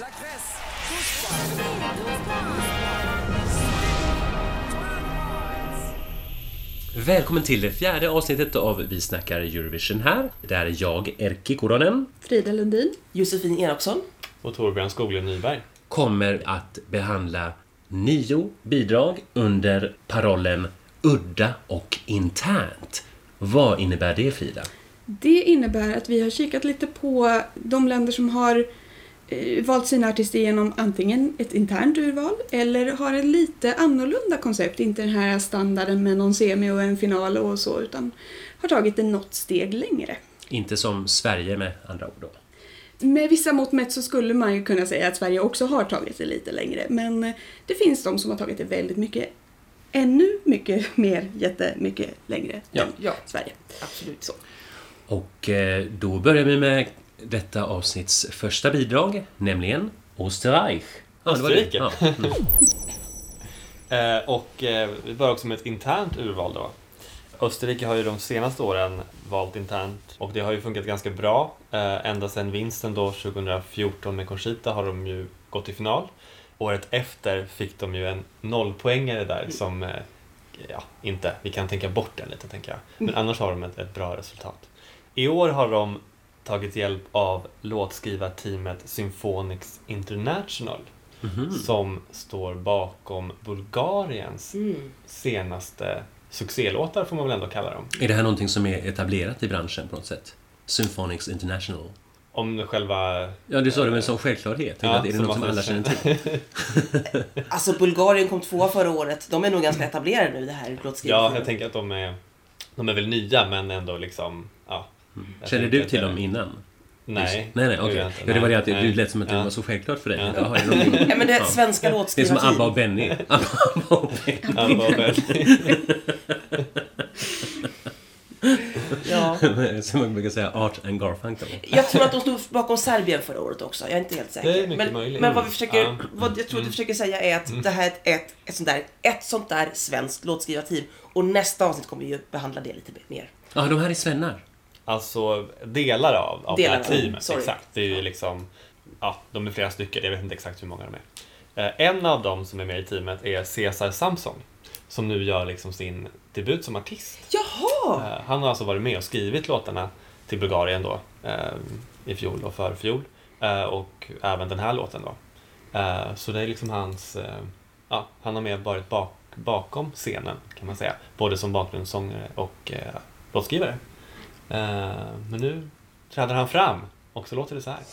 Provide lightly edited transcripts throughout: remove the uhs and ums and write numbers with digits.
Välkommen till det 4:e avsnittet av Vi snackar Eurovision här. Där är jag, Erkki Kuronen, Frida Lundin, Josefin Eriksson och Torbjörn Skoglund Nyberg kommer att behandla 9 bidrag under parollen udda och internt. Vad innebär det, Frida? Det innebär att vi har kikat lite på de länder som har valt sina artister genom antingen ett internt urval eller har en lite annorlunda koncept. Inte den här standarden med någon semi och en final och så, utan har tagit det något steg längre. Inte som Sverige med andra ord då. Med vissa mått mätt så skulle man ju kunna säga att Sverige också har tagit det lite längre. Men det finns de som har tagit det väldigt mycket, ännu mycket mer, jättemycket längre än Sverige. Absolut så. Och då börjar vi med detta avsnitts första bidrag, nämligen Österreich. Österrike. Ja. Och vi börjar också med ett internt urval då. Österrike har ju de senaste åren valt internt och det har ju funkat ganska bra. Ända sedan vinsten då 2014 med Conchita har de ju gått i final. Året efter fick de ju en 0-poängare där som inte, vi kan tänka bort den lite tänker jag. Men annars har de ett bra resultat. I år har de tagit hjälp av låtskrivarteamet Symphonics International som står bakom Bulgariens senaste succélåtar får man väl ändå kalla dem. Är det här någonting som är etablerat i branschen på något sätt? Symphonics International. Om själva... Ja, du sa det med en sån självklärhet. Ja, är det något som alla känner till? Alltså Bulgarien kom 2 förra året. De är nog ganska etablerade nu det här låtskrivarteamet. Ja, jag tänker att de är väl nya men ändå liksom... Ja, känner du till dem innan? Nej. Nej, okej. Ja, det var det att du lät som att det var så självklart för dig. Ja. Ja, ja, men det är svenska låtskrivarteam. Det är som Abba och Benny. Abba och Benny. Ja. Som man brukar säga, Art and Garfunkel. Jag tror att de stod bakom Serbien förra året också. Jag är inte helt säker. Det är mycket möjligt. Men vad vi försöker, vad jag tror att du försöker säga är att det här är ett sånt där svenskt låtskrivarteam. Och nästa avsnitt kommer vi ju behandla det lite mer. Ja, de här är svennar. Alltså delar av det här teamet. Sorry. Exakt. Det är ju liksom... Ja, de är flera stycken. Jag vet inte exakt hur många de är. En av dem som är med i teamet är Cesar Samson. Som nu gör liksom sin debut som artist. Jaha! Han har alltså varit med och skrivit låtarna till Bulgarien då. I fjol och förfjol. Och även den här låten då. Så det är liksom hans... han har med varit bakom scenen kan man säga. Både som bakgrundssångare och låtskrivare. Men nu träder han fram och så låter det så här.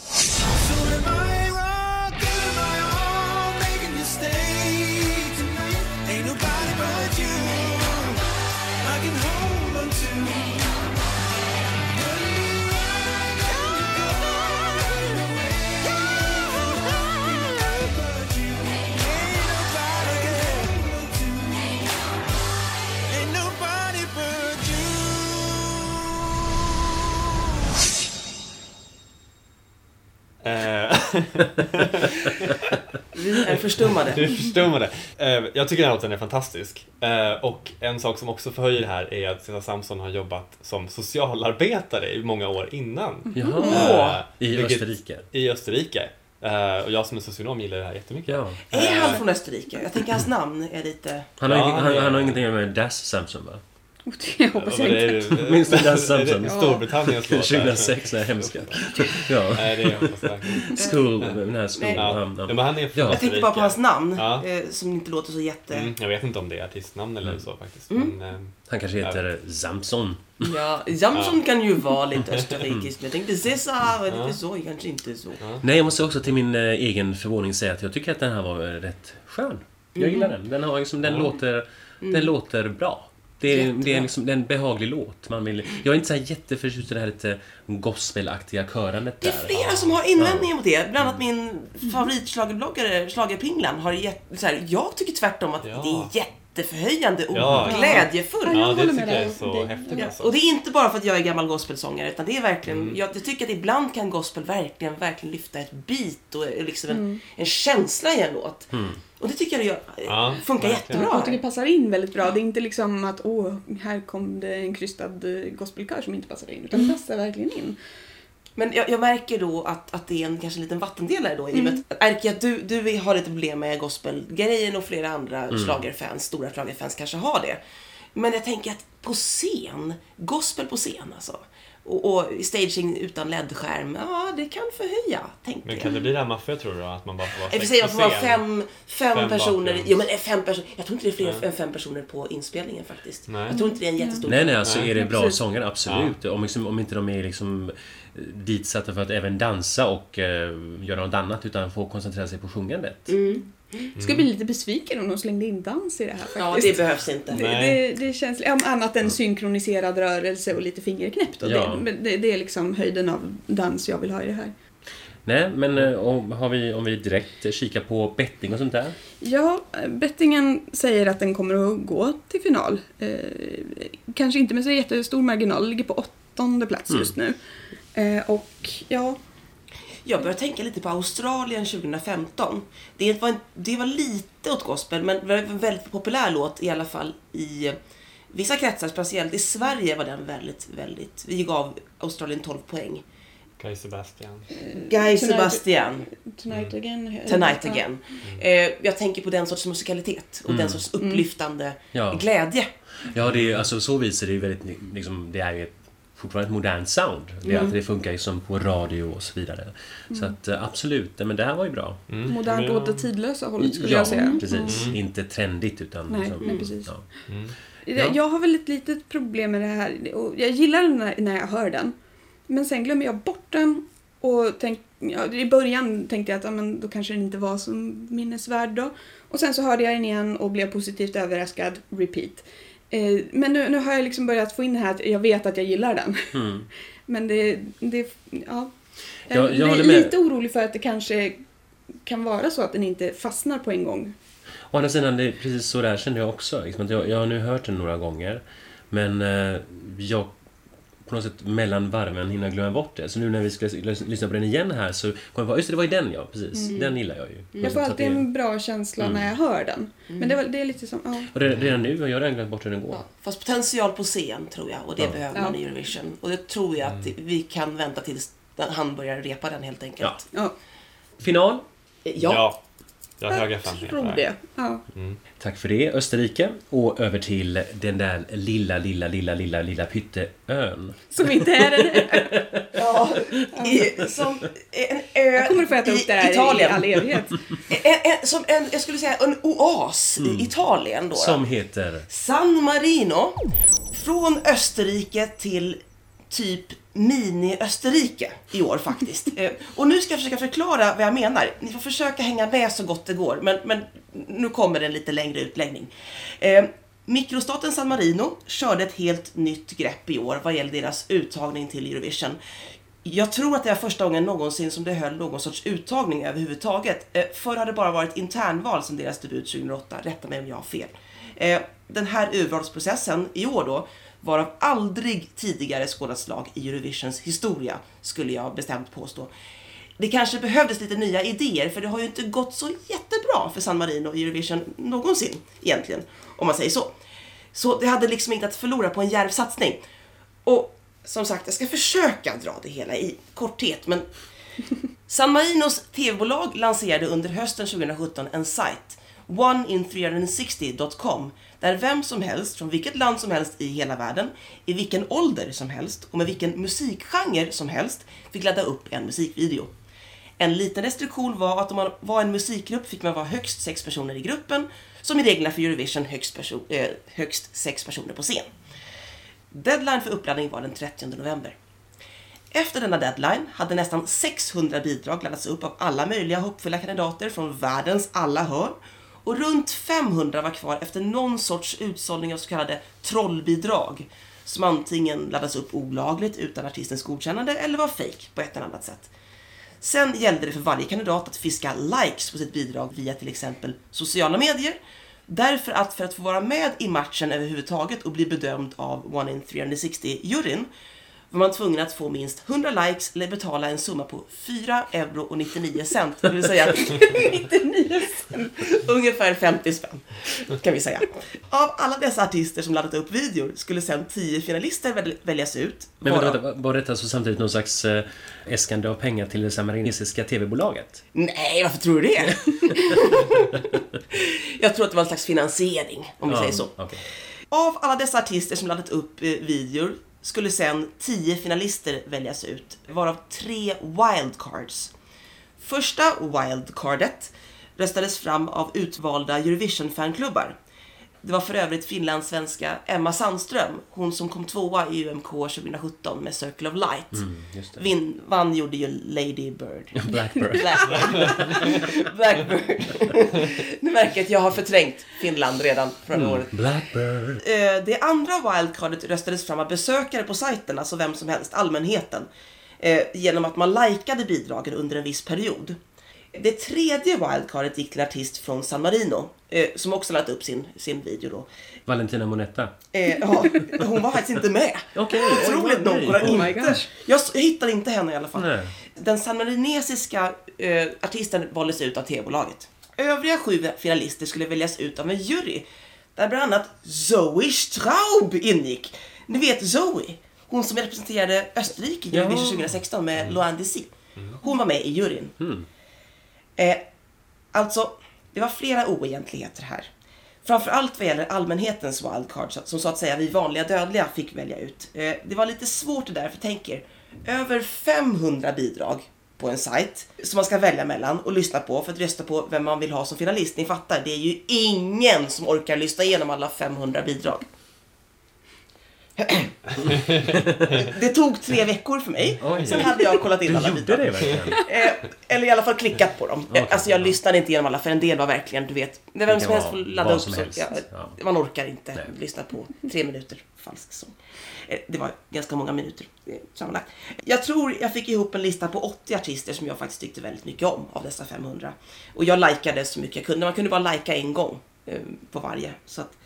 Vi är förstummade. Du är förstummade. Jag tycker den här låten är fantastisk. Och en sak som också förhöjer det här är att Cesar Samson har jobbat som socialarbetare i många år innan. Jaha. I Österrike. I Österrike. Och jag som är socionom gillar det här jättemycket. Ja. Är han från Österrike? Jag tänker hans namn är lite... Han har ingenting med Das Samson, va? Jag hoppas jag inte. Minns du Das Samson? Storbritanniens låt. 2006, det är hemska. Ja. Nej, det hoppas jag verkligen. Den här skolan. Men han är från Jag tänkte bara på hans namn, Ja. Som inte låter så jätte... Jag vet inte om det är artistnamn eller så faktiskt. Men, Han kanske heter Samson. Ja, Samson kan ju vara lite österrikisk. Men jag tänkte Cesar, lite så, kanske inte så. Nej, jag måste också till min egen förvåning säga att jag tycker att den här var rätt skön. Jag gillar den. Den har liksom, den låter bra. Det är liksom en behaglig låt. Jag är inte så här jätteförtjust i det här lite gospelaktiga körandet där. Det är flera som har invändningar mot det. Bland annat min favoritschlagerbloggare, Schlagerpinglan, har så här, jag tycker tvärtom att det är jätteförhöjande och glädjefullt. Ja, det tycker jag är så häftigt. Alltså. Och det är inte bara för att jag är gammal gospelsångare, utan det är verkligen, jag tycker att ibland kan gospel verkligen lyfta ett bit och liksom en känsla i en låt. Och det tycker jag funkar jättebra. Jag tycker det passar in väldigt bra. Det är inte liksom att här kom det en krystad gospelkör som inte passar in. Utan det passar verkligen in. Men jag märker då att det är kanske en liten vattendelare då. I och med att Erki, att du har lite problem med gospelgrejen och flera andra schlagerfans, stora schlagerfans kanske har det. Men jag tänker att på scen, gospel på scen alltså. Och staging utan LED-skärm, det kan förhöja, tänker jag. Men kan det bli det här maffiga, tror du då? Att man bara får vara sex på scen? Man får vara fem personer. Bakgrund. Jo, men 5 personer. Jag tror inte det är fler än 5 personer på inspelningen faktiskt. Nej. Jag tror inte det är en jättestor... Nej, alltså är det bra precis. sångare, absolut. Ja. Om inte de är liksom ditsatta för att även dansa och göra något annat, utan få koncentrera sig på sjungandet. Skulle bli lite besviken om de slängde in dans i det här faktiskt. Ja, det behövs inte. Det känns annat än synkroniserad rörelse och lite fingerknäpp. Och Ja. det är liksom höjden av dans jag vill ha i det här. Nej, men om vi direkt kikar på betting och sånt där. Ja, bettingen säger att den kommer att gå till final. Kanske inte med så jättestor marginal, ligger på 8:e plats just nu. Och ja... Jag börjar tänka lite på Australien 2015. Det var lite åt gospel, men det var en väldigt populär låt i alla fall i vissa kretsar, speciellt i Sverige var den väldigt, väldigt... Vi gav Australien 12 poäng. Guy Sebastian. Guy Sebastian. Tonight Again. Tonight Again. Jag tänker på den sorts musikalitet och den sorts upplyftande glädje. Ja, det är, alltså så visar det ju väldigt, liksom, det är ju fortfarande ett modernt sound. Det är att det funkar liksom på radio och så vidare. Så att absolut, men det här var ju bra. Modernt åt det tidlösa hållet skulle jag säga. Precis. Inte trendigt utan... Nej, precis. Ja. Jag har väl ett litet problem med det här. Och jag gillar den när jag hör den. Men sen glömmer jag bort den. Och i början tänkte jag att då kanske den inte var så minnesvärd då. Och sen så hörde jag den igen och blev positivt överraskad. Repeat. Men nu har jag liksom börjat få in det här att jag vet att jag gillar den. Men ja. Jag är lite orolig för att det kanske kan vara så att den inte fastnar på en gång. Å andra sidan, det är precis så där känner jag också. Liksom att jag har nu hört den några gånger. Men jag på något sätt mellan varven hinner glömma bort det. Så nu när vi ska lyssna på den igen här så kommer jag på, just det var ju den, ja, precis. Den gillar jag ju. Jag får alltid en bra känsla när jag hör den. Men det är lite som... Ja. Och redan nu har jag redan glömt bort hur den går. Ja, fast potential på scen tror jag, och det behöver man i Eurovision. Och det tror jag att vi kan vänta tills han börjar repa den helt enkelt. Ja. Final? Ja. Jag har höga förväntningar tror på det det. Ja. Tack för det, Österrike. Och över till den där lilla pytteön. Som inte är en ö. Som en ö Jag kommer att få äta upp det här Italien. i all evighet. Jag skulle säga en oas i Italien då. Som heter... San Marino. Från Österrike till typ mini-Österrike i år faktiskt. Och nu ska jag försöka förklara vad jag menar. Ni får försöka hänga med så gott det går. Men nu kommer det en lite längre utläggning. Mikrostaten San Marino körde ett helt nytt grepp i år vad gäller deras uttagning till Eurovision. Jag tror att det är första gången någonsin som det höll någon sorts uttagning överhuvudtaget. Förr hade det bara varit internval som deras debut 2008. Rätta mig om jag har fel. Den här urvalsprocessen i år då var av aldrig tidigare skådat slag i Eurovisions historia, skulle jag bestämt påstå. Det kanske behövdes lite nya idéer, för det har ju inte gått så jättebra för San Marino i Eurovision någonsin egentligen, om man säger så. Så det hade liksom inte att förlora på en djärv satsning. Och som sagt, jag ska försöka dra det hela i korthet, men San Marinos tv-bolag lanserade under hösten 2017 en sajt, oneinthreehundradsixty.com, där vem som helst från vilket land som helst i hela världen, i vilken ålder som helst och med vilken musikgenre som helst fick ladda upp en musikvideo. En liten restriktion var att om man var en musikgrupp fick man vara högst 6 personer i gruppen, som i reglerna för Eurovision högst 6 personer på scen. Deadline för uppladdning var den 30 november. Efter denna deadline hade nästan 600 bidrag laddats upp av alla möjliga hoppfulla kandidater från världens alla hörn, och runt 500 var kvar efter någon sorts utsållning av så kallade trollbidrag, som antingen laddas upp olagligt utan artistens godkännande eller var fake på ett eller annat sätt. Sen gällde det för varje kandidat att fiska likes på sitt bidrag via till exempel sociala medier, därför att för att få vara med i matchen överhuvudtaget och bli bedömd av 1in360-juryn var man tvungen att få minst 100 likes eller betala en summa på 4,99 €. Det vill säga 99 cent. Ungefär 50 spänn kan vi säga. Av alla dessa artister som laddat upp videor skulle sedan 10 finalister väljas ut. Men var detta så samtidigt någon slags äskande av pengar till det samarinistiska tv-bolaget? Nej, varför tror du det? Jag tror att det var en slags finansiering, om vi säger så. Okay. Av alla dessa artister som laddat upp videor skulle sen 10 finalister väljas ut, varav 3 wildcards. Första wildcardet röstades fram av utvalda Eurovision-fanklubbar. Det var för övrigt finlandssvenska Emma Sandström, hon som kom 2:a i UMK 2017 med Circle of Light. Vann gjorde ju Lady Bird. Blackbird. Blackbird. Nu märker att jag har förträngt Finland redan förra året. Blackbird. Det andra wildcardet röstades fram av besökare på sajten, alltså vem som helst, allmänheten, genom att man likade bidragen under en viss period. Det tredje wildcardet gick till en artist från San Marino, som också lagt upp sin video då. Valentina Monetta. Ja, hon var faktiskt inte med. Okej. Otroligt nog. Jag hittade inte henne i alla fall. Nej. Den sanmarinesiska artisten valdes ut av tv-bolaget. Övriga 7 finalister skulle väljas ut av en jury, där bland annat Zoe Straub ingick. Ni vet Zoe, hon som representerade Österrike i Eurovision 2016 med Loin d'Ici. Hon var med i juryn. Alltså, det var flera oegentligheter här. Framförallt vad gäller allmänhetens wildcards, som så att säga vi vanliga dödliga fick välja ut. Det var lite svårt det där, för tänker över 500 bidrag på en sajt som man ska välja mellan och lyssna på för att rösta på vem man vill ha som finalist. Ni fattar, det är ju ingen som orkar lyssna igenom alla 500 bidrag. Det tog 3 veckor för mig. Sen hade jag kollat in alla bidrag. Det verkligen? Eller i alla fall klickat på dem. Alltså jag lyssnade inte igenom alla, för en del var verkligen, du vet, det vem som helst får ladda upp så, man orkar inte lyssna på 3 minuter falsk sång. Det var ganska många minuter sammanlagt. Jag tror jag fick ihop en lista på 80 artister som jag faktiskt tyckte väldigt mycket om av dessa 500. Och jag likade så mycket jag kunde. Man kunde bara lika en gång på varje. Så att...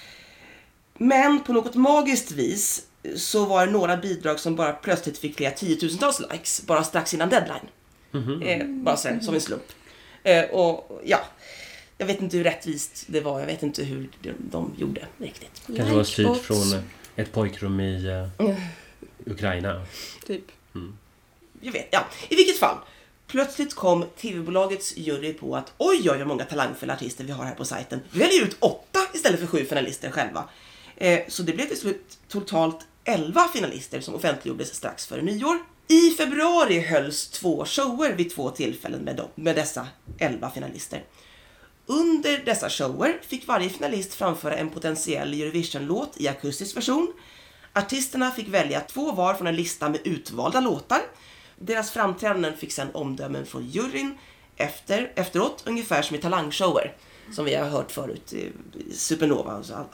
Men på något magiskt vis så var det några bidrag som bara plötsligt fick flera 10-tusentals likes bara strax innan deadline. Bara så, som en slump. Och ja, jag vet inte hur rättvist det var. Jag vet inte hur de gjorde riktigt. Kanske var styrt från ett pojkrum i Ukraina. Typ. Jag vet, ja. I vilket fall. Plötsligt kom tv-bolagets jury på att oj, hur många talangfulla artister vi har här på sajten. Vi väljer ut 8 istället för 7 finalister själva. Så det blev till slut totalt 11 finalister som offentliggjordes strax före nyår. I februari hölls 2 shower vid 2 tillfällen med dessa 11 finalister. Under dessa shower fick varje finalist framföra en potentiell Eurovision-låt i akustisk version. Artisterna fick välja 2 var från en lista med utvalda låtar. Deras framträdanden fick sedan omdömen från juryn efteråt, ungefär som i talangshower som vi har hört förut i Supernova och så.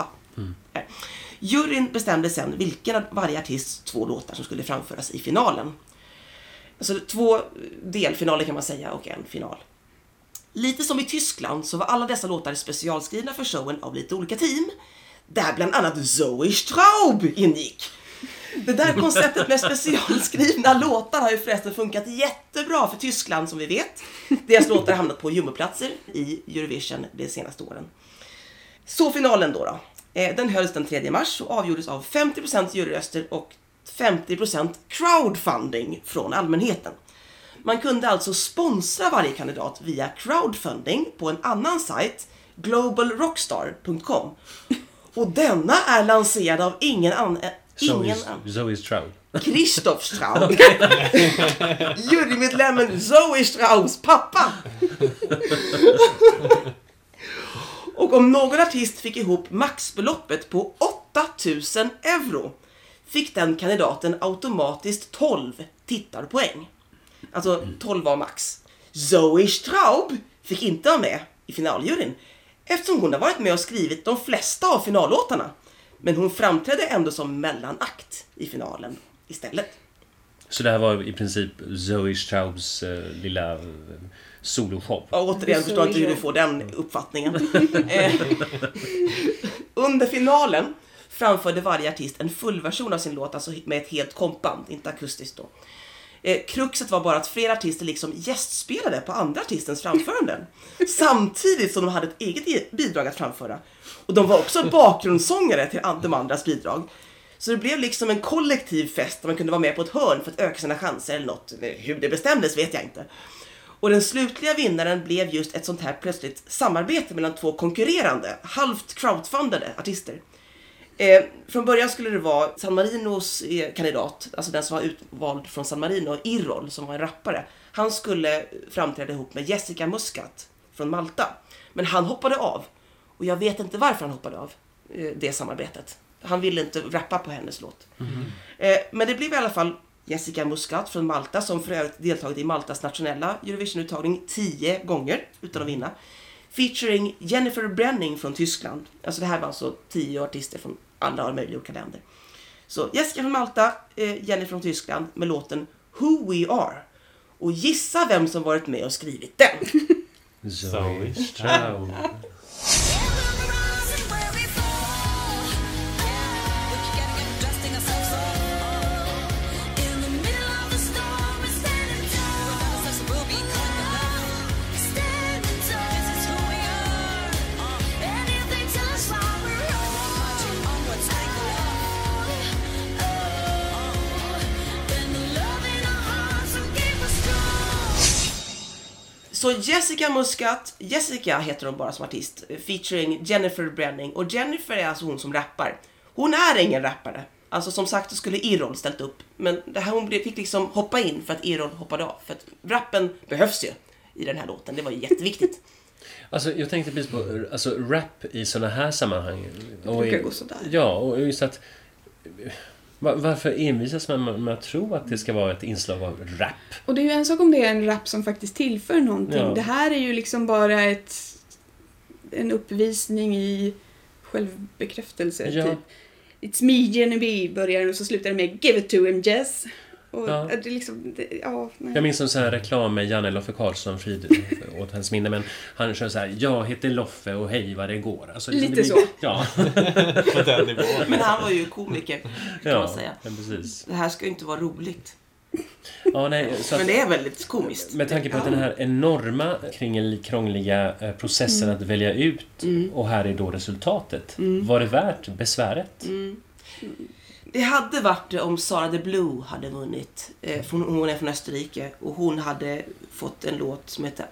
Juryn bestämde sedan vilken av varje artists 2 låtar som skulle framföras i finalen. Alltså 2 delfinaler kan man säga och en final. Lite som i Tyskland så var alla dessa låtar specialskrivna för showen av lite olika team, där bland annat Zoe Straub ingick. Det där konceptet med specialskrivna låtar har ju förresten funkat jättebra för Tyskland, som vi vet. Deras låtar har hamnat på jumboplatser i Eurovision de senaste åren. Så finalen då. Den hölls den 3 mars och avgjordes av 50% juryröster och 50% crowdfunding från allmänheten. Man kunde alltså sponsra varje kandidat via crowdfunding på en annan sajt, globalrockstar.com. Och denna är lanserad av ingen annan. Zoe Straub. Christoph Straub. Jurymedlemmen Zoe Straubs pappa. Och om någon artist fick ihop maxbeloppet på 8,000 euro fick den kandidaten automatiskt 12 tittarpoäng. Alltså 12 var max. Zoe Straub fick inte vara med i finaljuryn eftersom hon har varit med och skrivit de flesta av finallåtarna. Men hon framträdde ändå som mellanakt i finalen istället. Så det här var i princip Zoe Straubs lilla soloshow. Ja, återigen förstår inte hur du får den uppfattningen. Under finalen framförde varje artist en fullversion av sin låt, alltså med ett helt kompband, inte akustiskt då. Kruxet var bara att flera artister liksom gästspelade på andra artistens framföranden. Samtidigt som de hade ett eget bidrag att framföra. Och de var också bakgrundssångare till de andras bidrag. Så det blev liksom en kollektiv fest där man kunde vara med på ett hörn för att öka sina chanser eller något. Hur det bestämdes vet jag inte. Och den slutliga vinnaren blev just ett sånt här plötsligt samarbete mellan två konkurrerande, halvt crowdfundade artister. Från början skulle det vara San Marinos kandidat, alltså den som var utvald från San Marino, Irol, som var en rappare. Han skulle framträda ihop med Jessica Muscat från Malta. Men han hoppade av. Och jag vet inte varför han hoppade av det samarbetet. Han ville inte rappa på hennes låt. Men det blev i alla fall Jessica Muscat från Malta, som för övrigt deltagit i Maltas nationella Eurovision-uttagning 10 gånger utan att vinna. Featuring Jennifer Brenning från Tyskland. Alltså det här var alltså 10 artister från alla möjliga olika länder. Så Jessica från Malta, Jennifer från Tyskland med låten Who We Are. Och gissa vem som varit med och skrivit den. Zoe Stroud. Så Jessica Muscat, Jessica heter hon bara som artist, featuring Jennifer Brenning. Och Jennifer är alltså hon som rappar. Hon är ingen rappare. Alltså som sagt så skulle Irol ställt upp. Men det här, hon fick liksom hoppa in för att Irol hoppade av. För att rappen behövs ju i den här låten. Det var ju jätteviktigt. Alltså jag tänkte precis på alltså, rap i såna här sammanhang. Det brukar gå sådär. Ja, och just att varför envisas man med att tro att det ska vara ett inslag av rap? Och det är ju en sak om det är en rap som faktiskt tillför någonting. Ja. Det här är ju liksom bara en uppvisning i självbekräftelse. Ja. Typ. It's me, Genevieve, börjar och så slutar det med Give it to him, Jess. Och Ja. det är liksom, nej. Jag minns en sån här reklam med Janne Loffe Karlsson, frid åt hans minne, men han kör så här: jag heter Loffe och hej vad det går. Alltså, Lite så. Ja. På den nivån. Men han var ju komiker, kan man säga. Ja, precis. Det här ska ju inte vara roligt. Ja, nej, så att, Men det är väldigt komiskt. med tanke på att den här enorma krångliga processen att välja ut och här är då resultatet. Var det värt besväret? Det hade varit det om Sara de Blue hade vunnit. Hon är från Österrike. Och hon hade fått en låt som heter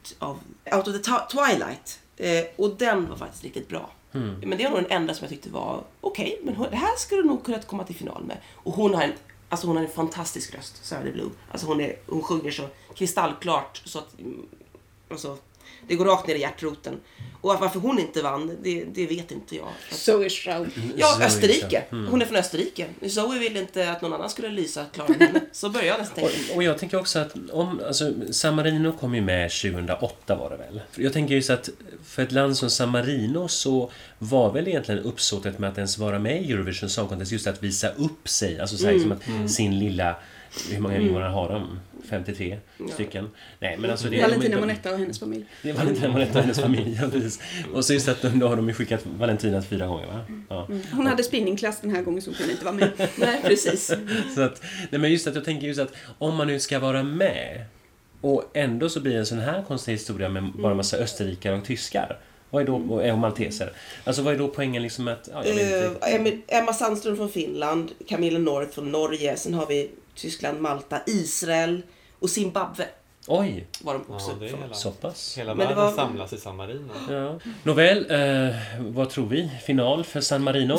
Out of the Twilight. Och den var faktiskt riktigt bra. Men det var nog den enda som jag tyckte var okej. Men det här skulle nog kunna komma till final med. Och hon har en fantastisk röst, Sara de Blue. Alltså hon sjunger så kristallklart så att alltså, det går rakt ner i hjärtroten. Och varför hon inte vann, det vet inte jag. Zoe Stroud. Ja, Österrike. Hon är från Österrike. Zoe ville inte att någon annan skulle lysa klarare än henne. Så började jag nästan tänka. Och jag tänker också att San Marino kom ju med 2008 var det väl. Jag tänker ju så att för ett land som San Marino så var väl egentligen uppsåtet med att ens vara med i Eurovision Song Contest just att visa upp sig. Alltså så här, som att sin lilla, hur många invånare har de? 53 stycken. Nej, men alltså det Valentina Monetta och hennes familj. Det är Valentina Monetta och hennes familj, ja, precis. Och så just att då har de ju skickat Valentina 4 gånger, va? Ja. Hon hade spinningklass den här gången så hon kunde inte vara med. Nej, precis. Så att, nej, men just att jag tänker just att om man nu ska vara med och ändå så blir en sån här konstig historia med bara massa österrikare och tyskar. Vad är då, och malteser? Alltså vad är då poängen liksom att... Ja, jag vet inte. Emma Sandström från Finland, Camilla North från Norge, sen har vi Tyskland, Malta, Israel och Zimbabwe. Oj, Var de också Ja, det är från. hela, så pass. hela Men det världen var- samlas i San Marino. Ja. Nåväl, vad tror vi? Final för San Marino?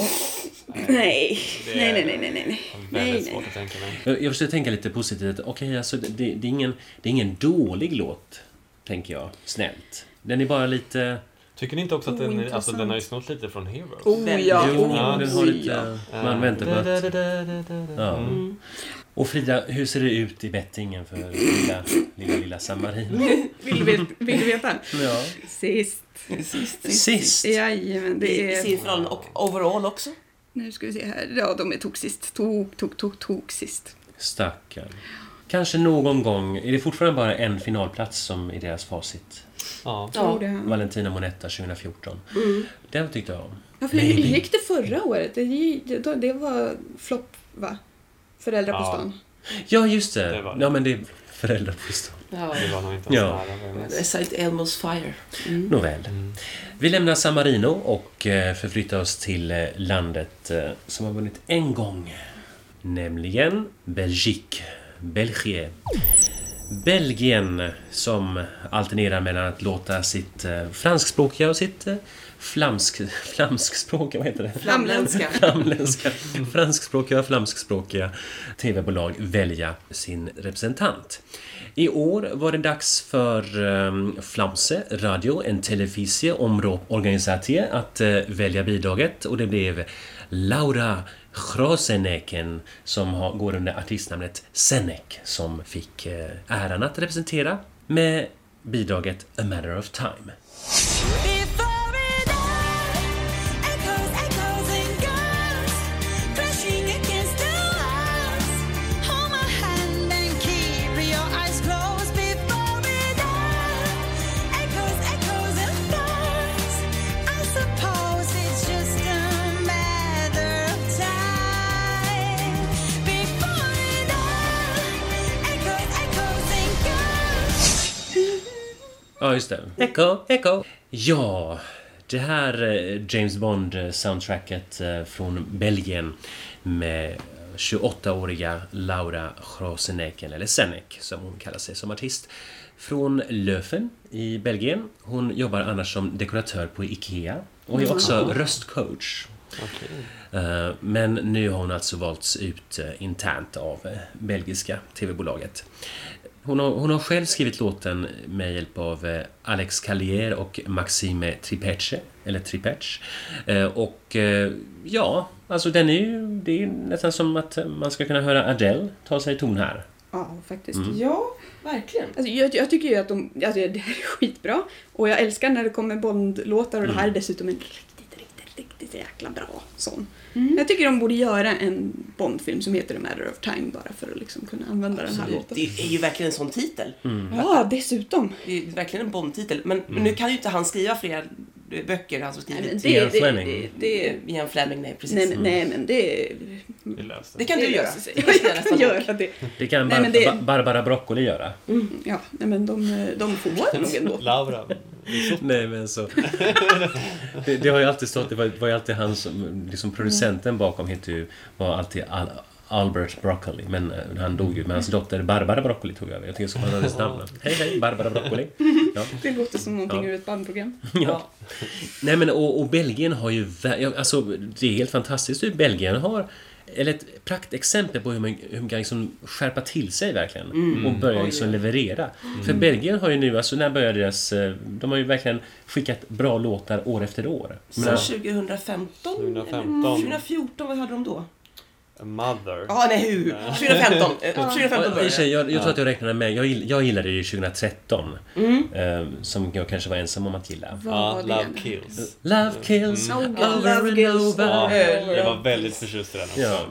Nej. Det är Nej. väldigt Nej. svårt att tänka mig. Jag försöker tänka lite positivt. Okej, alltså det är ingen dålig låt, tänker jag. Snällt. Den är bara lite... Tycker ni inte också att den, Ointressant. alltså, den har ju snott lite från Heroes? Oh ja, Jo, oh, den har lite... ja. Man väntar på att... Ja. Mm. Och Frida, hur ser det ut i bettingen för lilla San Marino? Vill du veta? Ja. Sist. Jajamän, det I är... semifinalen och overall också. Nu ska vi se här. Ja, de är tog sist. Tog sist. Stackarn. kanske någon gång, är det fortfarande bara en finalplats som är deras facit? Ja. Tror det. Valentina Monetta 2014. Den tyckte jag om. Ja, för hur gick det förra året? Det var flopp, va? Föräldrar på stan. Ja, just det. Det var det. Ja, men det är föräldrar på stan. Ja. Det var nog inte ens Ja. nära. St. Elmo's Fire. Nåväl. Vi lämnar San Marino och förflyttar oss till landet som har vunnit en gång. Nämligen Belgien. Belgien som alternerar mellan att låta sitt franskspråkiga och sitt flamskspråkiga, vad heter det? Flamländska. Franskspråkiga och flamskspråkiga tv-bolag välja sin representant. I år var det dags för Flamse Radio, en televisie-områdsorganisation att välja bidraget, och det blev Laura Groseneken som går under artistnamnet Senek som fick äran att representera med bidraget A Matter of Time. Ja, just det. Echo. Ja, det här James Bond-soundtracket från Belgien med 28-åriga Laura Groseneken, eller Senek som hon kallar sig som artist, från Leuven i Belgien. Hon jobbar annars som dekoratör på IKEA och är också röstcoach. Okej. Men nu har hon alltså valts ut internt av belgiska tv-bolaget. Hon har själv skrivit låten med hjälp av Alex Callier och Maxime Tripetche. Och ja, alltså det är nästan som att man ska kunna höra Adele ta sig ton här. Ja, faktiskt. Ja, verkligen. Alltså, jag tycker ju att det här är skitbra. Och jag älskar när det kommer Bond-låtar, och det här är dessutom en riktigt jäkla bra sån. Jag tycker de borde göra en Bond-film som heter A Matter of Time, bara för att liksom kunna använda den här låten. Det är ju verkligen en sån titel. Ja, dessutom. Det är verkligen en Bond-titel. Men nu kan ju inte han skriva fler böcker, han som skrivit. Ian Fleming. Ian Fleming, nej precis. Nej, men det... Vi löste Det kan du göra. Jag kan göra det. Det kan Barbara Broccoli göra. Ja, nej, men de får nog ändå. Laura. Nej, men så. Det har ju alltid stått, det var ju alltid han som, liksom producenten bakom var alltid Albert Broccoli, men han dog ju, men hans dotter Barbara Broccoli tog över. Jag tycker så man hade namnet. Hej, Barbara Broccoli. Ja. Det låter som någonting ur ett bandprogram. Ja. Nej, men och Belgien har ju, alltså det är helt fantastiskt hur Belgien har, eller ett praktexempel på hur man liksom skärpa till sig verkligen och börja liksom leverera. För Belgien har ju nu, alltså när började deras, de har ju verkligen skickat bra låtar år efter år. Sen 2015? 2014, vad hade de då? A Mother. Ja, nej, hur? 2015. 2015 började. Jag tror att jag räknade med, jag gillade ju 2013 som jag kanske var ensam om att gilla. Ja, Love Kills. Love kills over and over. Ja, jag var väldigt förtjust i den också. Ja.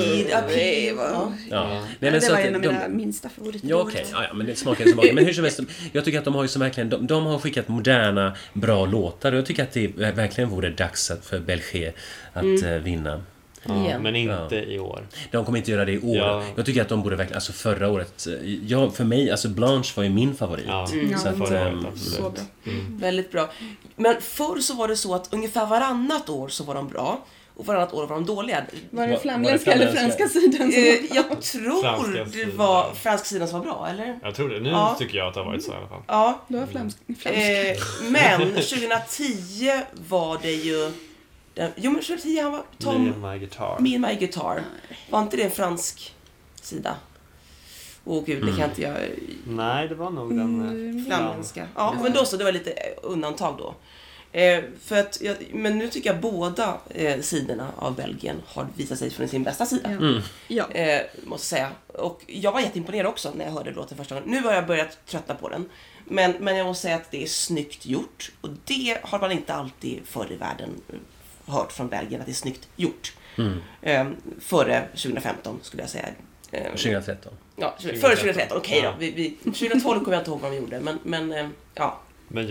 Det var en av mina minsta favoriter. Ja, okej. Ja, men det smakar så mycket. Men hur som helst, jag tycker att de har ju så verkligen, de har skickat moderna, bra låtar, och jag tycker att det verkligen vore dags för Belgien att vinna. Ja, men inte i år. De kommer inte göra det i år. Ja. Jag tycker att de borde verkligen, alltså förra året, för mig, alltså Blanche var ju min favorit. Ja, så att, så bra. Väldigt bra. Men förr så var det så att ungefär varannat år så var de bra, och varannat år var de dåliga. Var det flamländska eller franska sidan? Jag tror det var franska sidan som var bra, eller? Jag tror det. Nu tycker jag att det har varit så i alla fall. Ja. Det var flamsk. Men 2010 var det ju... Jo, men 2010 han var Tom... Me and My Guitar. Var inte det en fransk sida? Gud, det kan inte jag... Nej, det var nog den... flamländska. Ja, men då så, det var lite undantag då. För att men nu tycker jag båda sidorna av Belgien har visat sig från sin bästa sida. Måste säga. Och jag var jätteimponerad också när jag hörde låten första gången. Nu har jag börjat tröttna på den. Men jag måste säga att det är snyggt gjort. Och det har man inte alltid förr i världen hört från Belgien, att det är snyggt gjort. Före 2015 skulle jag säga. 2013. Ja, före 2013, okej då. 2012 kommer jag inte ihåg vad de gjorde, men ja. Men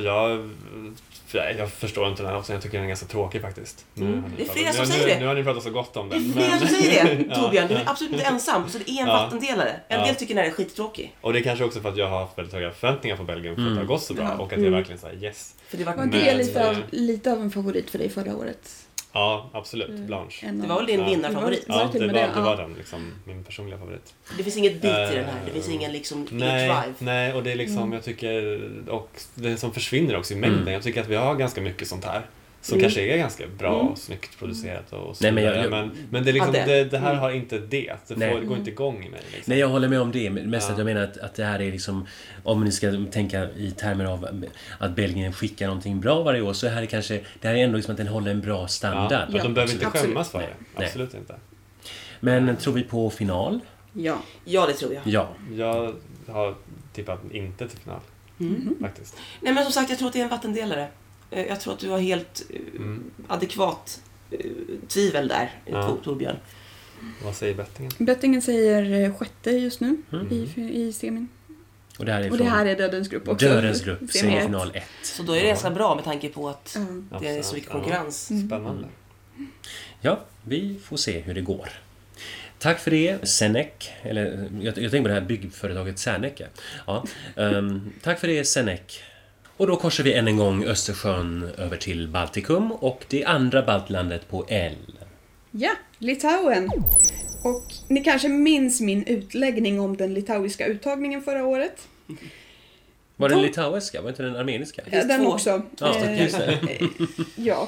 jag förstår inte den här också. Jag tycker den är ganska tråkig faktiskt. Det är flera som säger det. Nu har ni pratat så gott om den. Det är flera som säger det, Torbjörn. Du är absolut inte ensam. Så det är en vattendelare. En del tycker den är skittråkig. Och det är kanske också för att jag har haft väldigt höga förväntningar på Belgien för att det har gått så bra. Och att jag verkligen säger yes. För det var lite av en favorit för dig förra året. Ja, absolut. Blanche. Det var väl din vinnarfavorit? Ja, det var den liksom, min personliga favorit. Det finns inget beat i den här. Det finns ingen liksom drive. Nej, och det är liksom, jag tycker, och det som försvinner också i mängden. Jag tycker att vi har ganska mycket sånt här. Som kanske är ganska bra och snyggt producerat och så. Nej, men det, är liksom, det här har inte det. Det går inte igång i mig. Liksom. Nej, jag håller med om det. Mest att jag menar att det här är liksom, om ni ska tänka i termer av att Belgien skickar någonting bra varje år, så här är kanske, det här är ändå liksom att den håller en bra standard. Ja, de behöver inte skämmas för det. Absolut inte. Men tror vi på final? Ja, det tror jag. Ja. Jag har tippat inte till final. Faktiskt. Nej, men som sagt, jag tror att det är en vattendelare. Jag tror att du har helt adekvat tvivel där, Torbjörn. Vad säger bettingen? Bettingen säger sjätte just nu i semin. Och det här är Dödens grupp också. Dödens grupp, semifinal 1. Så då är det ganska bra med tanke på att det är så mycket konkurrens. Spännande. Ja, vi får se hur det går. Tack för det, Senec. Eller, jag tänker på det här byggföretaget Serneke. Ja, tack för det, Senec. Och då korsar vi än en gång Östersjön över till Baltikum och det andra baltlandet på L. Ja, Litauen. Och ni kanske minns min utläggning om den litauiska uttagningen förra året. Var den litauiska? Var inte den armeniska? Ja, den också. Ja, just det. Ja.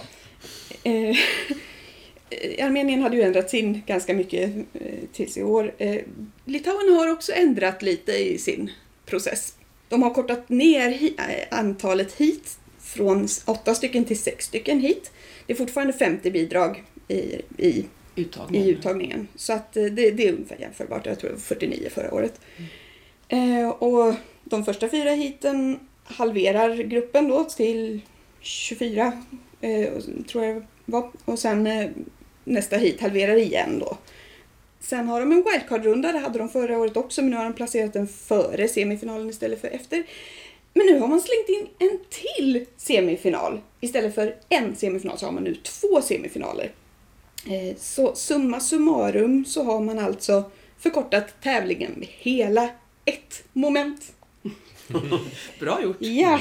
Armenien hade ju ändrat sin ganska mycket tills i år. Litauen har också ändrat lite i sin process. De har kortat ner antalet hit från 8 stycken till 6 stycken hit. Det är fortfarande 50 bidrag i uttagningen. Så att det är ungefär jämförbart. Jag tror det var 49 förra året. Och de första 4 hiten halverar gruppen då till 24 tror jag var. Och sen nästa hit halverar igen då. Sen har de en wildcard-runda, det hade de förra året också, men nu har de placerat den före semifinalen istället för efter. Men nu har man slängt in en till semifinal. Istället för en semifinal så har man nu 2 semifinaler. Så summa summarum så har man alltså förkortat tävlingen med hela 1 moment. Bra gjort. Ja.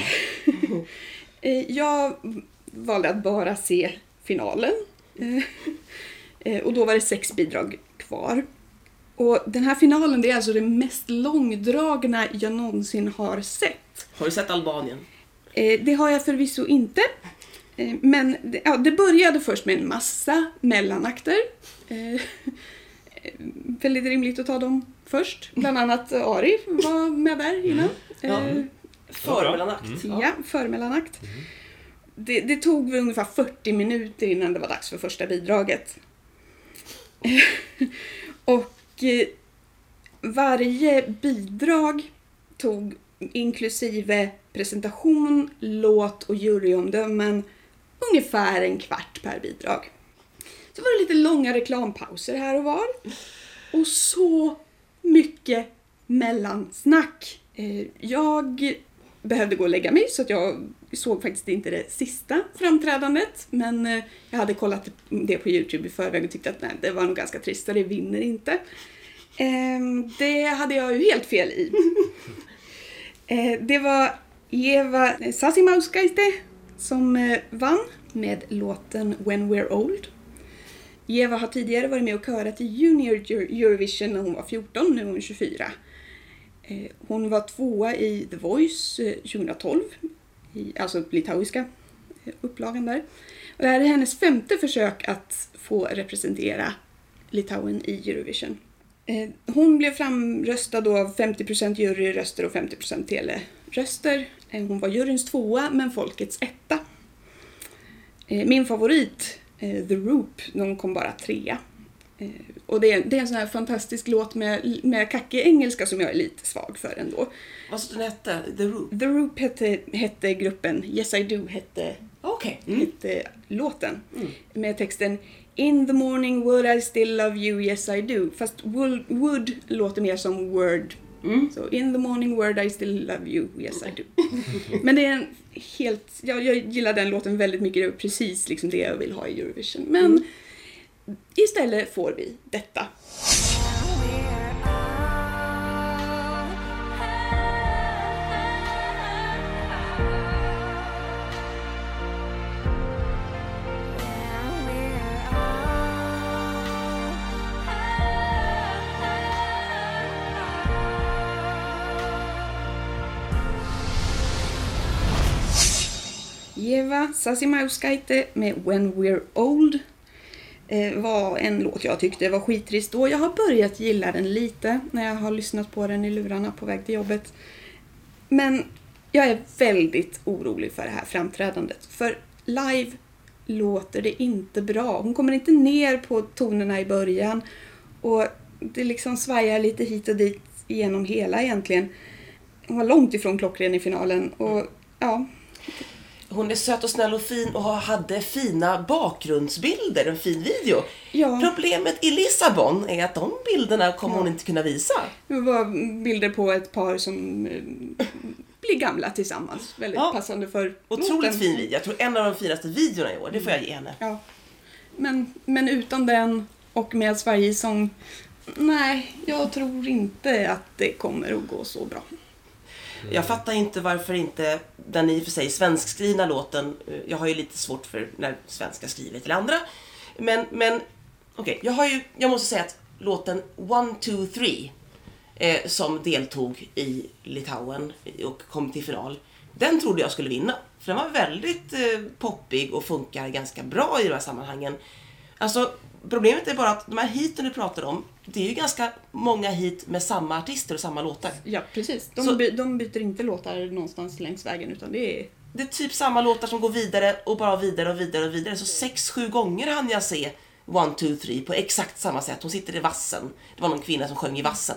Jag valde att bara se finalen. Och då var det 6 bidrag kvar. Och den här finalen, det är alltså det mest långdragna jag någonsin har sett. Har du sett Albanien? Det har jag förvisso inte. Men det började först med en massa mellanakter. Väldigt rimligt att ta dem först. Bland annat Ari var med där innan. Förmellanakt. Ja, förmellanakt. Det tog ungefär 40 minuter innan det var dags för första bidraget. Och varje bidrag tog inklusive presentation, låt och juryomdömen ungefär en kvart per bidrag. Så var det lite långa reklampauser här och var. Och så mycket mellansnack. Jag behövde gå och lägga mig så att jag såg faktiskt inte det sista framträdandet. Men jag hade kollat det på YouTube i förväg och tyckte att nej, det var nog ganska trist och det vinner inte. Det hade jag ju helt fel i. Det var Eva Sasimauskaite som vann med låten When We're Old. Eva har tidigare varit med och körat i Junior Eurovision när hon var 14, nu är hon 24. Hon var 2:a i The Voice 2012, alltså litauiska upplagan där. Och det här är hennes 5:e försök att få representera Litauen i Eurovision. Hon blev framröstad då av 50% juryröster och 50% teleröster. Hon var juryns 2:a men folkets 1:a. Min favorit, The Roop, de kom bara 3:a. Och det är en sån här fantastisk låt med kackig engelska som jag är lite svag för ändå. Vad så den hette? The Roop? The Roop hette gruppen. Yes I Do hette låten. Med texten In the morning would I still love you, yes I do. Fast would låter mer som word. Så in the morning would I still love you, yes I do. Men det är en helt... Jag gillar den låten väldigt mycket. Det är precis liksom det jag vill ha i Eurovision. Men istället får vi detta. Eeva Sasimausskaite med When We're Old var en låt jag tyckte var skittrist då. Jag har börjat gilla den lite när jag har lyssnat på den i lurarna på väg till jobbet. Men jag är väldigt orolig för det här framträdandet. För live låter det inte bra. Hon kommer inte ner på tonerna i början. Och det liksom svajar lite hit och dit genom hela egentligen. Hon var långt ifrån klockren i finalen. Och ja... Hon är söt och snäll och fin och hade fina bakgrundsbilder, en fin video. Ja. Problemet i Lissabon är att de bilderna kommer hon inte kunna visa. Det var bilder på ett par som blir gamla tillsammans. Väldigt passande för otroligt låten. Fin video. Jag tror en av de finaste videorna i år. Det får jag ge henne. Ja. Men utan den och med Sverigesång, nej, jag tror inte att det kommer att gå så bra. Jag fattar inte varför inte den i och för sig svenskskrivna låten, jag har ju lite svårt för när svenska skriver till andra, men okej, jag måste säga att låten 1, 2, 3 som deltog i Litauen och kom till final, den trodde jag skulle vinna, för den var väldigt poppig och funkar ganska bra i de här sammanhangen. Alltså, problemet är bara att de här hiten du pratar om, det är ju ganska många hit med samma artister och samma låtar. Ja, precis. De byter inte låtar någonstans längs vägen, utan det är typ samma låtar som går vidare och bara vidare och vidare och vidare. Så 6-7 gånger hann jag se 1, 2, 3 på exakt samma sätt. Hon sitter i vassen. Det var någon kvinna som sjöng i vassen.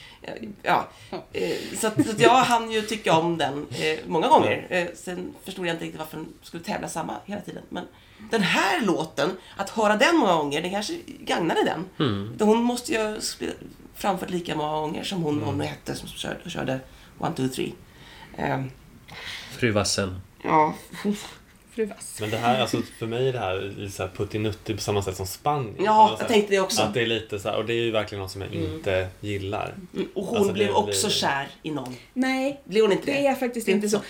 Ja. Så att jag hann ju tycka om den många gånger. Sen förstod jag inte riktigt varför den skulle tävla samma hela tiden. Men den här låten, att höra den många gånger, det kanske gagnade den. Hon måste ju framfört lika många gånger som hon hette som körde 1, 2, 3. Fru Vassen. Ja. Fru Vass. Men det här, alltså för mig är det här lite så här puttinutti på samma sätt som Spanien. Ja, jag tänkte det också. Att det är lite så här, och det är ju verkligen något som jag inte gillar. Och hon blev också kär i någon. Nej, blev hon inte det är faktiskt inte så.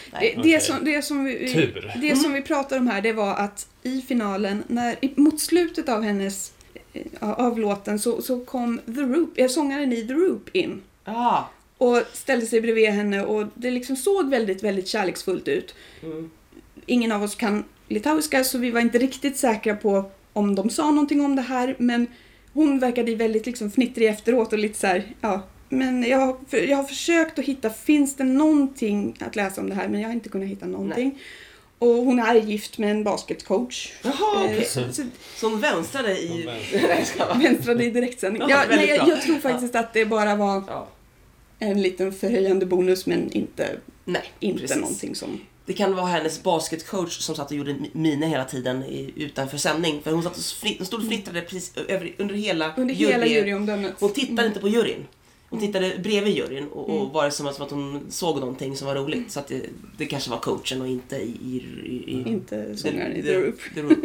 Det som vi pratar om här, det var att i finalen, mot slutet av hennes av låten så kom The Roop, sångaren i The Roop in. Och ställde sig bredvid henne och det liksom såg väldigt, väldigt kärleksfullt ut. Ingen av oss kan litauiska, så vi var inte riktigt säkra på om de sa någonting om det här, men hon verkade väldigt liksom fnittrig efteråt och lite så här, ja. Men jag har försökt att hitta, finns det någonting att läsa om det här, men jag har inte kunnat hitta någonting. Nej. Och hon är gift med en basketcoach. Jaha, okej. Så hon vänstrade i... vänstrade i direktsändning. Jag tror faktiskt att det bara var en liten förhöjande bonus, men inte någonting som... Det kan vara hennes basketcoach som satt och gjorde miner hela tiden utanför sändning. För hon satt och stod och fnittrade precis under hela juryomdömet. Hon tittade inte på juryn. Hon tittade bredvid juryn och var det som att hon såg någonting som var roligt. Så att det kanske var coachen och inte inte sångaren i The Roop.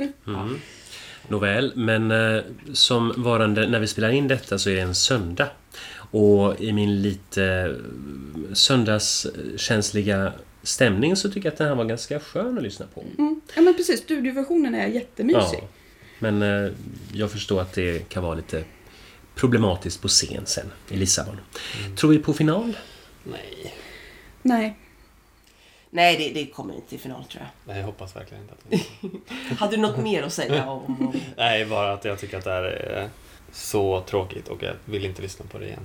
Nåväl, men som varande, när vi spelar in detta så är det en söndag. Och i min lite söndagskänsliga stämning så tycker jag att den här var ganska skön att lyssna på. Ja, men precis, studioversionen är jättemysig. Ja, men jag förstår att det kan vara lite problematiskt på scen sen i Lissabon. Tror vi på final? Nej, det kommer inte till final, tror jag. Nej, jag hoppas verkligen inte att det Hade du något mer att säga om... Nej, bara att jag tycker att det här är så tråkigt och jag vill inte lyssna på det igen.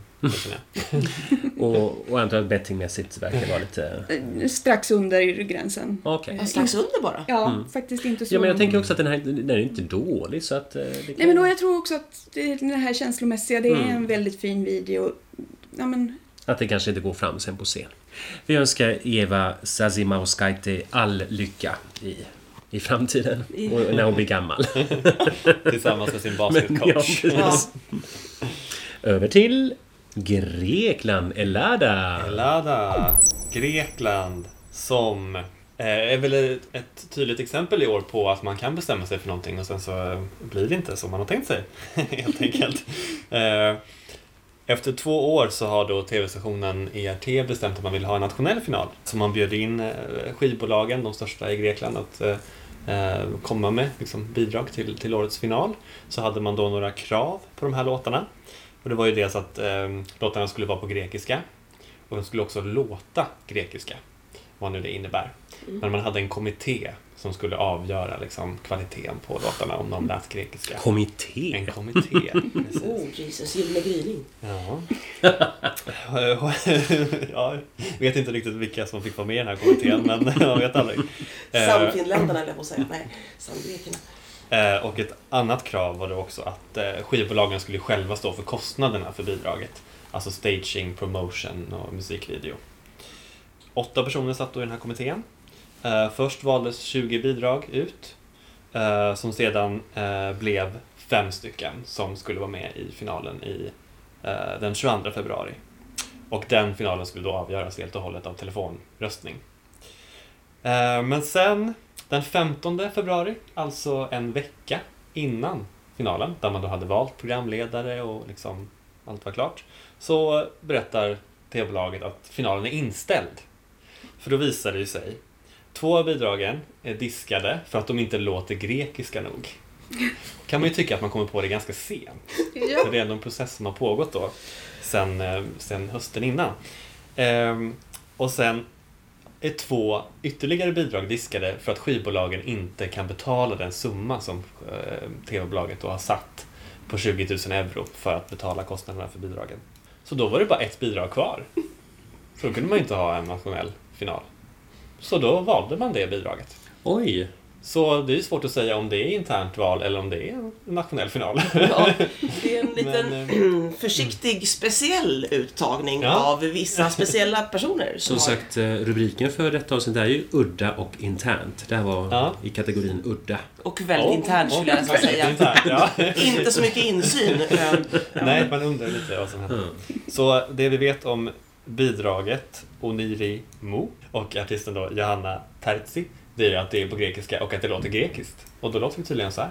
och jag antar att bettingmässigt verkar vara lite... Strax under gränsen. Okay. Strax under bara? Ja, faktiskt inte så. Ja, men jag tänker också att den är inte dålig, så att... Nej, men då jag tror också att det här känslomässiga, det är en väldigt fin video. Ja, men... Att det kanske inte går fram sen på scen. Vi önskar Eeva Sasimausskaite all lycka i i framtiden. Och när hon blir gammal. Tillsammans med sin basketcoach. Ja. Över till Grekland. Ellada, Grekland, som är väl ett tydligt exempel i år på att man kan bestämma sig för någonting och sen så blir det inte som man har tänkt sig, helt enkelt. Efter 2 år så har då tv-stationen ERT bestämt att man vill ha en nationell final. Så man bjöd in skivbolagen, de största i Grekland, att komma med liksom, bidrag till årets final. Så hade man då några krav på de här låtarna. Och det var ju dels att låtarna skulle vara på grekiska. Och de skulle också låta grekiska, vad nu det innebär. Men man hade en kommitté som skulle avgöra liksom, kvaliteten på låtarna om de lät grekiska. Kommitté? En kommitté, precis. Jesus, gyllene gryning. Ja. Jag vet inte riktigt vilka som fick vara med i den här kommittén, men jag vet aldrig. Samfinländarna, eller vad säga. Nej, samgrekerna. Och ett annat krav var det också att skivbolagen skulle själva stå för kostnaderna för bidraget. Alltså staging, promotion och musikvideo. 8 personer satt då i den här kommittén. Först valdes 20 bidrag ut. Som sedan blev 5 stycken som skulle vara med i finalen den 22 februari. Och den finalen skulle då avgöras helt och hållet av telefonröstning. Men sen den 15 februari, alltså en vecka innan finalen, där man då hade valt programledare och liksom allt var klart, så berättar tv-bolaget att finalen är inställd. För då visar det sig 2 av bidragen är diskade för att de inte låter grekiska nog. Kan man ju tycka att man kommer på det ganska sent. Ja. För det är ändå en process som har pågått då sen hösten innan. Och sen är 2 ytterligare bidrag diskade för att skivbolagen inte kan betala den summa som tv-bolaget då har satt på 20 000 euro för att betala kostnaderna för bidragen. Så då var det bara 1 bidrag kvar. Så då kunde man inte ha en nationell final. Så då valde man det bidraget. Oj! Så det är svårt att säga om det är internt val eller om det är en nationell final. Ja, det är en liten försiktig speciell uttagning av vissa speciella personer. Som sagt, rubriken för detta avsnitt är ju udda och internt. Det här var i kategorin udda. Och väldigt internt skulle jag nästan säga. Internt, Inte så mycket insyn. Nej, man undrar lite vad som händer. Så det vi vet om bidraget Oniri Mo och artisten då Johanna Terzi, det är att det är på grekiska och att det låter grekiskt. Och då låter det tydligen så här.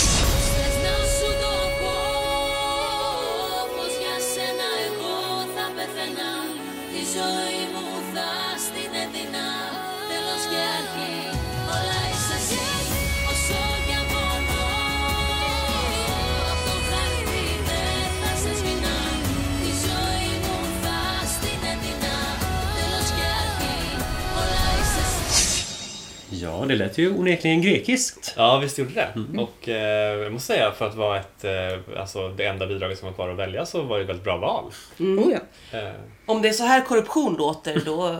Ja, det lät ju onekligen grekiskt. Ja, visst gjorde det. Och jag måste säga, för att vara alltså det enda bidraget som var kvar att välja, så var det ett väldigt bra val. Oh, ja. Om det är så här korruption låter, då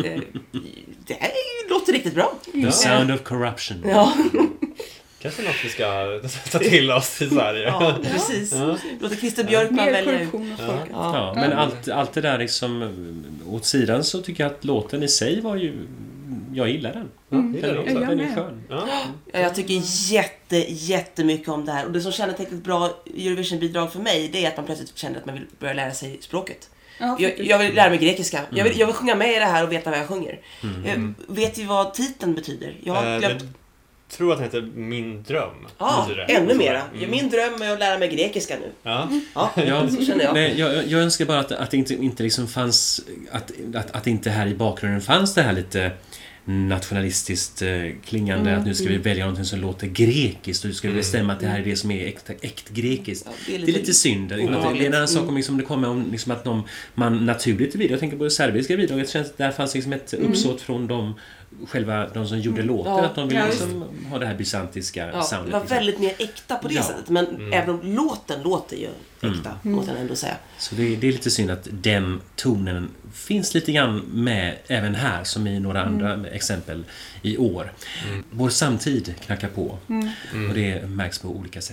det här låter riktigt bra. The sound of corruption. Ja, Kanske något vi ska ta till oss i Sverige. ja precis. Låter Christer Björkman Mer välja ut. korruption och folk. Ja, men allt det där liksom åt sidan, så tycker jag att låten i sig var ju... Jag gillar den. Den är skön. Ja, jag tycker jättemycket om det här. Och det som kännetecknar ett bra Eurovision-bidrag för mig, det är att man plötsligt känner att man vill börja lära sig språket. Ja, jag vill lära mig grekiska. Jag vill sjunga med i det här och veta vad jag sjunger. Vet vi vad titeln betyder? Jag har glömt... Jag tror att den heter Min dröm. Ja, ännu mera. Min dröm är att lära mig grekiska nu. Ja, så känner jag. Men jag önskar bara att det inte liksom fanns... Att inte här i bakgrunden fanns det här lite nationalistiskt klingande, att nu ska vi välja någonting som låter grekiskt och du ska bestämma att det här är det som är äkt grekiskt. Ja, det är lite synd. Det är en annan sak om liksom det kommer om liksom att man naturligt vid, jag tänker på det serbiska bidraget, känns att där fanns liksom ett uppsåt från de som gjorde låten, att de ville liksom ha det här bysantiska soundet. Det var väldigt mer äkta på det sättet, men även om låten låter ju äkta, måste jag ändå säga. Så det är lite synd att den tonen finns lite grann med även här, som i några andra exempel i år. Vår samtid knackar på och det märks på olika sätt.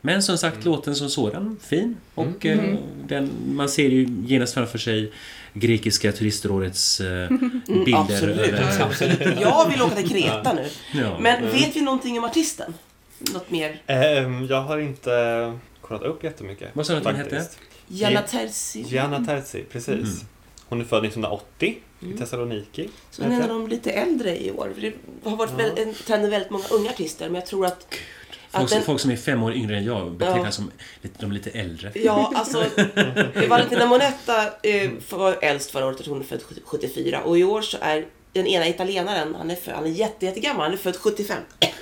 Men som sagt, låten som sådan, fin. Och man ser ju genast framför sig grekiska turistrådets bilder. Absolut. Jag vill åka till Kreta nu. Ja. Men vet vi någonting om artisten? Något mer? Jag har inte kollat upp jättemycket. Vad sa du att hon hette? Gianna Terzi. Gianna Terzi, precis. Hon är född 1980 i Thessaloniki. Så en av de lite äldre i år. Det har varit en trend med väldigt många unga artister, men jag tror att Folk som är 5 år yngre än jag betecknas som de lite äldre. Ja, alltså Valentina Monetta var äldst förra året, jag tror hon är född 74. Och i år så är den ena italienaren, han är jättegammal, han är född 75.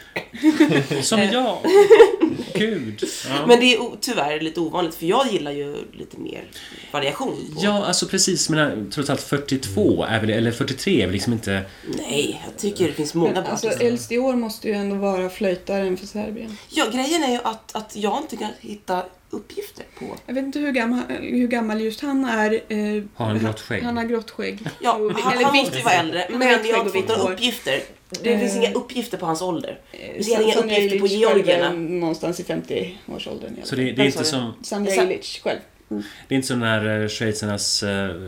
Som jag. Gud. Ja. Men det är tyvärr lite ovanligt, för jag gillar ju lite mer variation på. Ja, alltså precis, men trots allt 42 är väl, eller 43 är väl liksom inte... Nej, jag tycker det finns många bra alltså artister. äldst i år måste ju ändå vara flöjtaren för Serbien. Ja, grejen är ju att jag inte kan hitta uppgifter på. Jag vet inte hur gammal just han är. Har han grått skägg? Han har grått skägg. Ja, han måste ju vara äldre, men jag har inte fått några hår. uppgifter. Det finns inga uppgifter på hans ålder. Det finns inga Sandra uppgifter på Illich georgierna. själv är någonstans i 50-årsåldern. Så det är inte som... Sandra Illich själv. Det är inte som när schweizarnas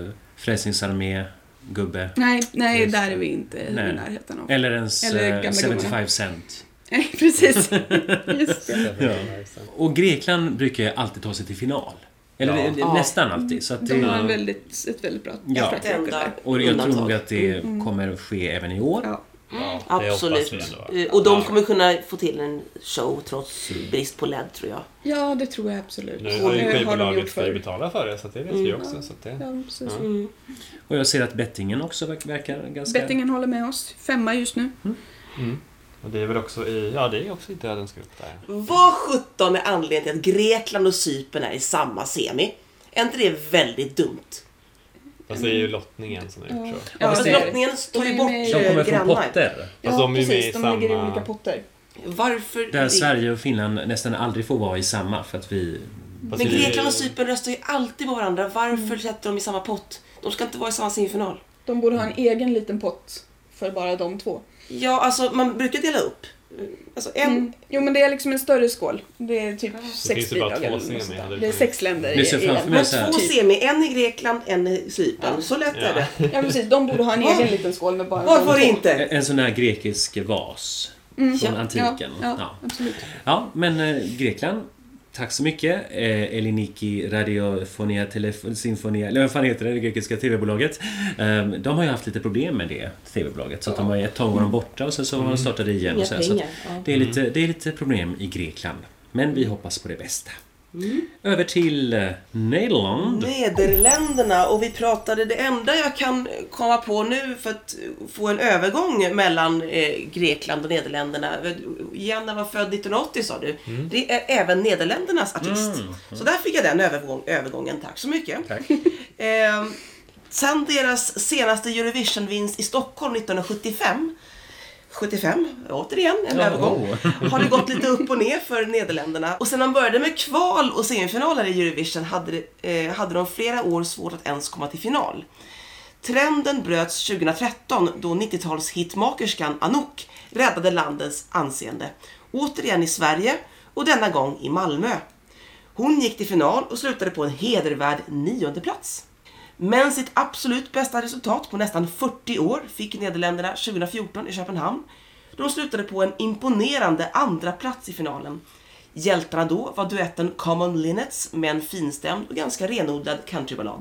frälsningsarmé-gubbe. Nej, där är vi inte i närheten av. Eller ens Eller gamla 75 cent. Nej, precis. Just det. Ja. Och Grekland brukar ju alltid ta sig till final. Eller nästan alltid. Så att De har ett väldigt bra track record där. Och jag tror nog att det kommer att ske även i år. Ja. Absolut. Och de kommer kunna få till en show trots brist på LED, tror jag. Ja, det tror jag absolut. Nu har ju skivbolaget ska betala för det, så det vet vi också. Så det... Ja, precis. Och jag ser att bettingen också verkar ganska... Bettingen håller med oss. 5 just nu. Och det är väl också i... Ja, det är också i dödens grupp där. Vad 17 är anledningen till att Grekland och Cypern är i samma semi? Är inte det väldigt dumt? Fast det är ju lottningen som är gjort så. Ja, det är lottningen tar ju bort De kommer från grannar. potter. Fast de är ju med i de samma... ligger i olika potter. Varför? Där Sverige och Finland nästan aldrig får vara i samma för att vi... Men Grekland och Cypern röstar ju alltid på varandra. Varför sätter de i samma pott? De ska inte vara i samma semifinal. De borde ha en egen liten pott för bara de två. Ja, alltså man brukar dela upp. Alltså Jo, men det är liksom en större skål. Det är typ 6 ju bara bidrag. 2 eller något semi, sånt där. hade Det är 6 länder. Nu ser jag framför mig Men så här. 2 semi, en i Grekland, en i Cypern. Så lätt är det. Ja, precis. De borde ha en egen liten skål med bara Varför de två. inte? En sån här grekisk vas från antiken. Ja, absolut. Ja, men Grekland, tack så mycket. Eliniki Radiofonia Sinfonia, eller vad fan heter det grekiska tv-bolaget. De har ju haft lite problem med det tv-bolaget. Så att de har ett tag var de borta och sen så har de startat igen. Och så det är lite problem i Grekland. Men vi hoppas på det bästa. Över till Nederländerna, och vi pratade, det enda jag kan komma på nu för att få en övergång mellan Grekland och Nederländerna. Gianna var född 1980, sa du. Det är även Nederländernas artist. Så där fick jag den övergången, tack så mycket. Tack. Sen deras senaste Eurovision-vinst i Stockholm 1975, återigen en övergång, har det gått lite upp och ner för Nederländerna. Och sen de började med kval och semifinaler i Eurovision hade de flera år svårt att ens komma till final. Trenden bröts 2013 då 90-talshitmakerskan Anouk räddade landets anseende. Återigen i Sverige och denna gång i Malmö. Hon gick till final och slutade på en hedervärd 9:e plats. Men sitt absolut bästa resultat på nästan 40 år fick Nederländerna 2014 i Köpenhamn. De slutade på en imponerande 2:a plats i finalen. Hjältarna då var duetten Common Linnets med en finstämd och ganska renodlad countryballad.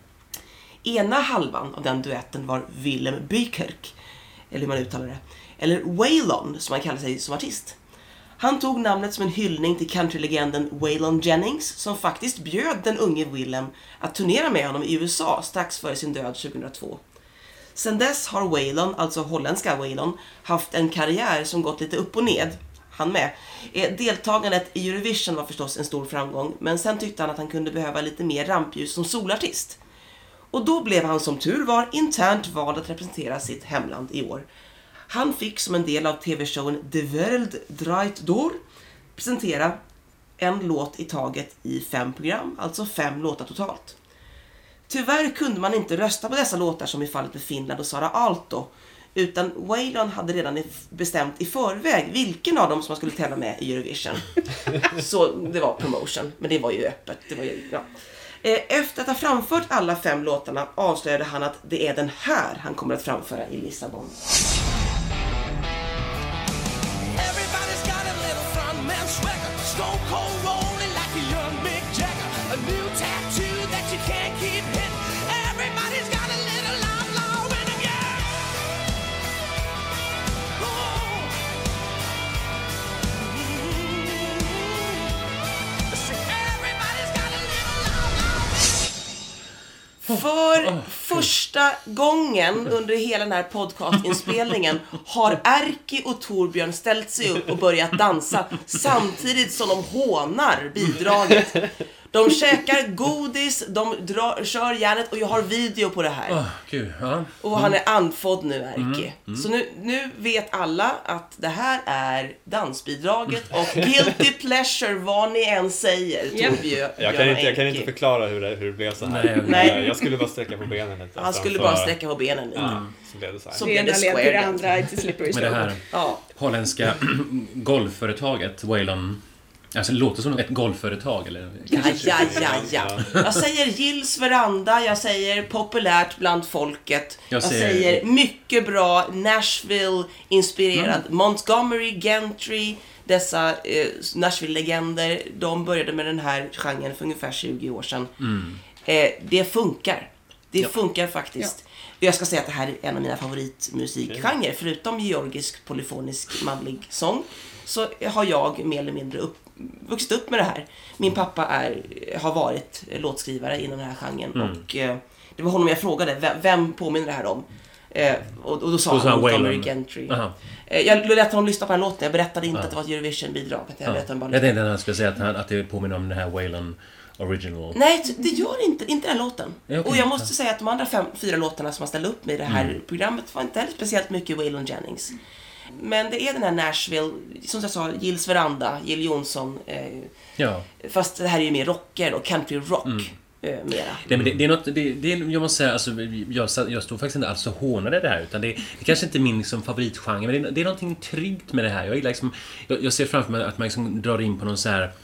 Ena halvan av den duetten var Willem Bykirk, eller hur man uttalar det, eller Waylon som han kallar sig som artist. Han tog namnet som en hyllning till countrylegenden Waylon Jennings, som faktiskt bjöd den unge Willem att turnera med honom i USA strax före sin död 2002. Sen dess har Waylon, alltså holländska Waylon, haft en karriär som gått lite upp och ned. Han med. Deltagandet i Eurovision var förstås en stor framgång, men sen tyckte han att han kunde behöva lite mer rampljus som solartist. Och då blev han som tur var internt vald att representera sitt hemland i år. Han fick som en del av tv-showen De Wereld Draait Door presentera en låt i taget i 5 program, alltså 5 låtar totalt. Tyvärr kunde man inte rösta på dessa låtar som i fallet med Finland och Sara Aalto, Utan Waylon hade redan bestämt i förväg vilken av dem som man skulle tävla med i Eurovision. Så det var promotion, men det var ju öppet. Det var ju, ja. Efter att ha framfört alla 5 låtarna avslöjade han att det är den här han kommer att framföra i Lissabon. För första gången under hela den här podcastinspelningen har Erki och Torbjörn ställt sig upp och börjat dansa samtidigt som de hånar bidraget. De käkar godis, de kör järnet och jag har video på det här. Gud, ja. Och han är andfådd nu, Erki. Så nu vet alla att det här är dansbidraget och guilty pleasure, vad ni än säger, Torbjörn. Jag kan inte förklara hur det blev så här. Nej. Jag skulle bara sträcka på benen lite. Han skulle bara sträcka på benen lite. Så blev det så här. Så blev det square. Det andra till slippery Med det här holländska golfföretaget Waylon. Alltså det låter som ett golfföretag eller? Ja. Jag säger Gills veranda, jag säger populärt bland folket. Jag säger mycket bra Nashville-inspirerad. Montgomery, Gentry, dessa Nashville-legender, de började med den här genren för ungefär 20 år sedan. Det funkar. Det funkar faktiskt. Jag ska säga att det här är en av mina favoritmusikgenrer. Förutom georgisk, polyfonisk, manlig sång, så har jag mer eller mindre vuxit upp med det här. Min pappa har varit låtskrivare inom den här genren. Och det var honom jag frågade, vem påminner det här om? Och då sa han Montgomery Gentry. Jag lät honom lyssna på den låten. Jag berättade inte att det var ett Eurovision-bidrag. Jag tänkte att han skulle säga att det påminner om den här Waylon original. Nej, det gör inte den låten. Okay. Och jag måste säga att de andra 4 låtarna som man ställde upp med i det här programmet var inte heller speciellt mycket Waylon Jennings. Men det är den här Nashville, som jag sa, Gills veranda, Jill Johnson. Fast det här är ju mer rocker och country rock. Mera. Det är något, jag måste säga, alltså, jag står faktiskt inte alls så hånade det här, utan det kanske inte är min liksom, favoritgenre, men det är någonting tryggt med det här. Jag ser framför mig att man liksom drar in på någon så här.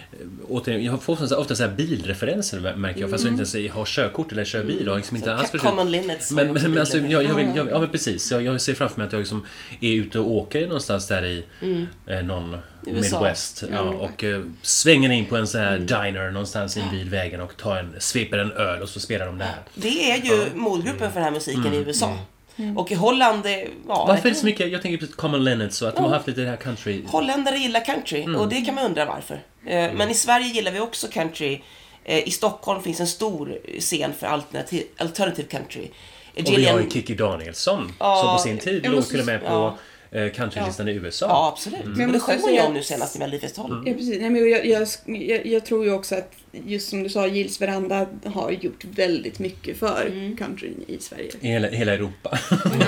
Jag får ofta så här bilreferenser, märker jag, fast jag inte ens har körkort eller kör bil och liksom inte alls common limits. Men alltså, jag precis. Jag ser framför mig att jag liksom är ute och åker någonstans där i någon Midwest och svänger in på en så här diner någonstans invid vägen och sveper en öl och så spelar de det här. Det är ju målgruppen för den här musiken i USA. Och i Holland varför är det så mycket? Jag tänker på Common Limits så att de har haft lite det här country. Holländare gillar country och det kan man undra varför. Men i Sverige gillar vi också country. I Stockholm finns en stor scen för alternativ country. Och vi har ju Kikki Danielsson som på sin tid låg till och med på countrylistan i USA. Ja, absolut. Men det sjöng jag om nu senast i Melodifestivalen. Ja, precis. Nej, men jag tror ju också att just som du sa, Gills veranda har gjort väldigt mycket för countryn i Sverige. I hela Europa.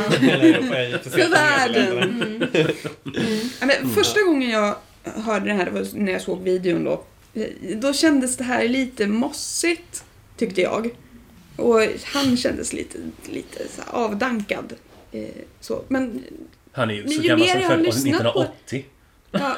För världen. Men första gången jag hörde det här var när jag såg videon då kändes det här lite mossigt, tyckte jag. Och han kändes lite så här avdankad. Så. Men han är ju så gammal som född 1980. Ja,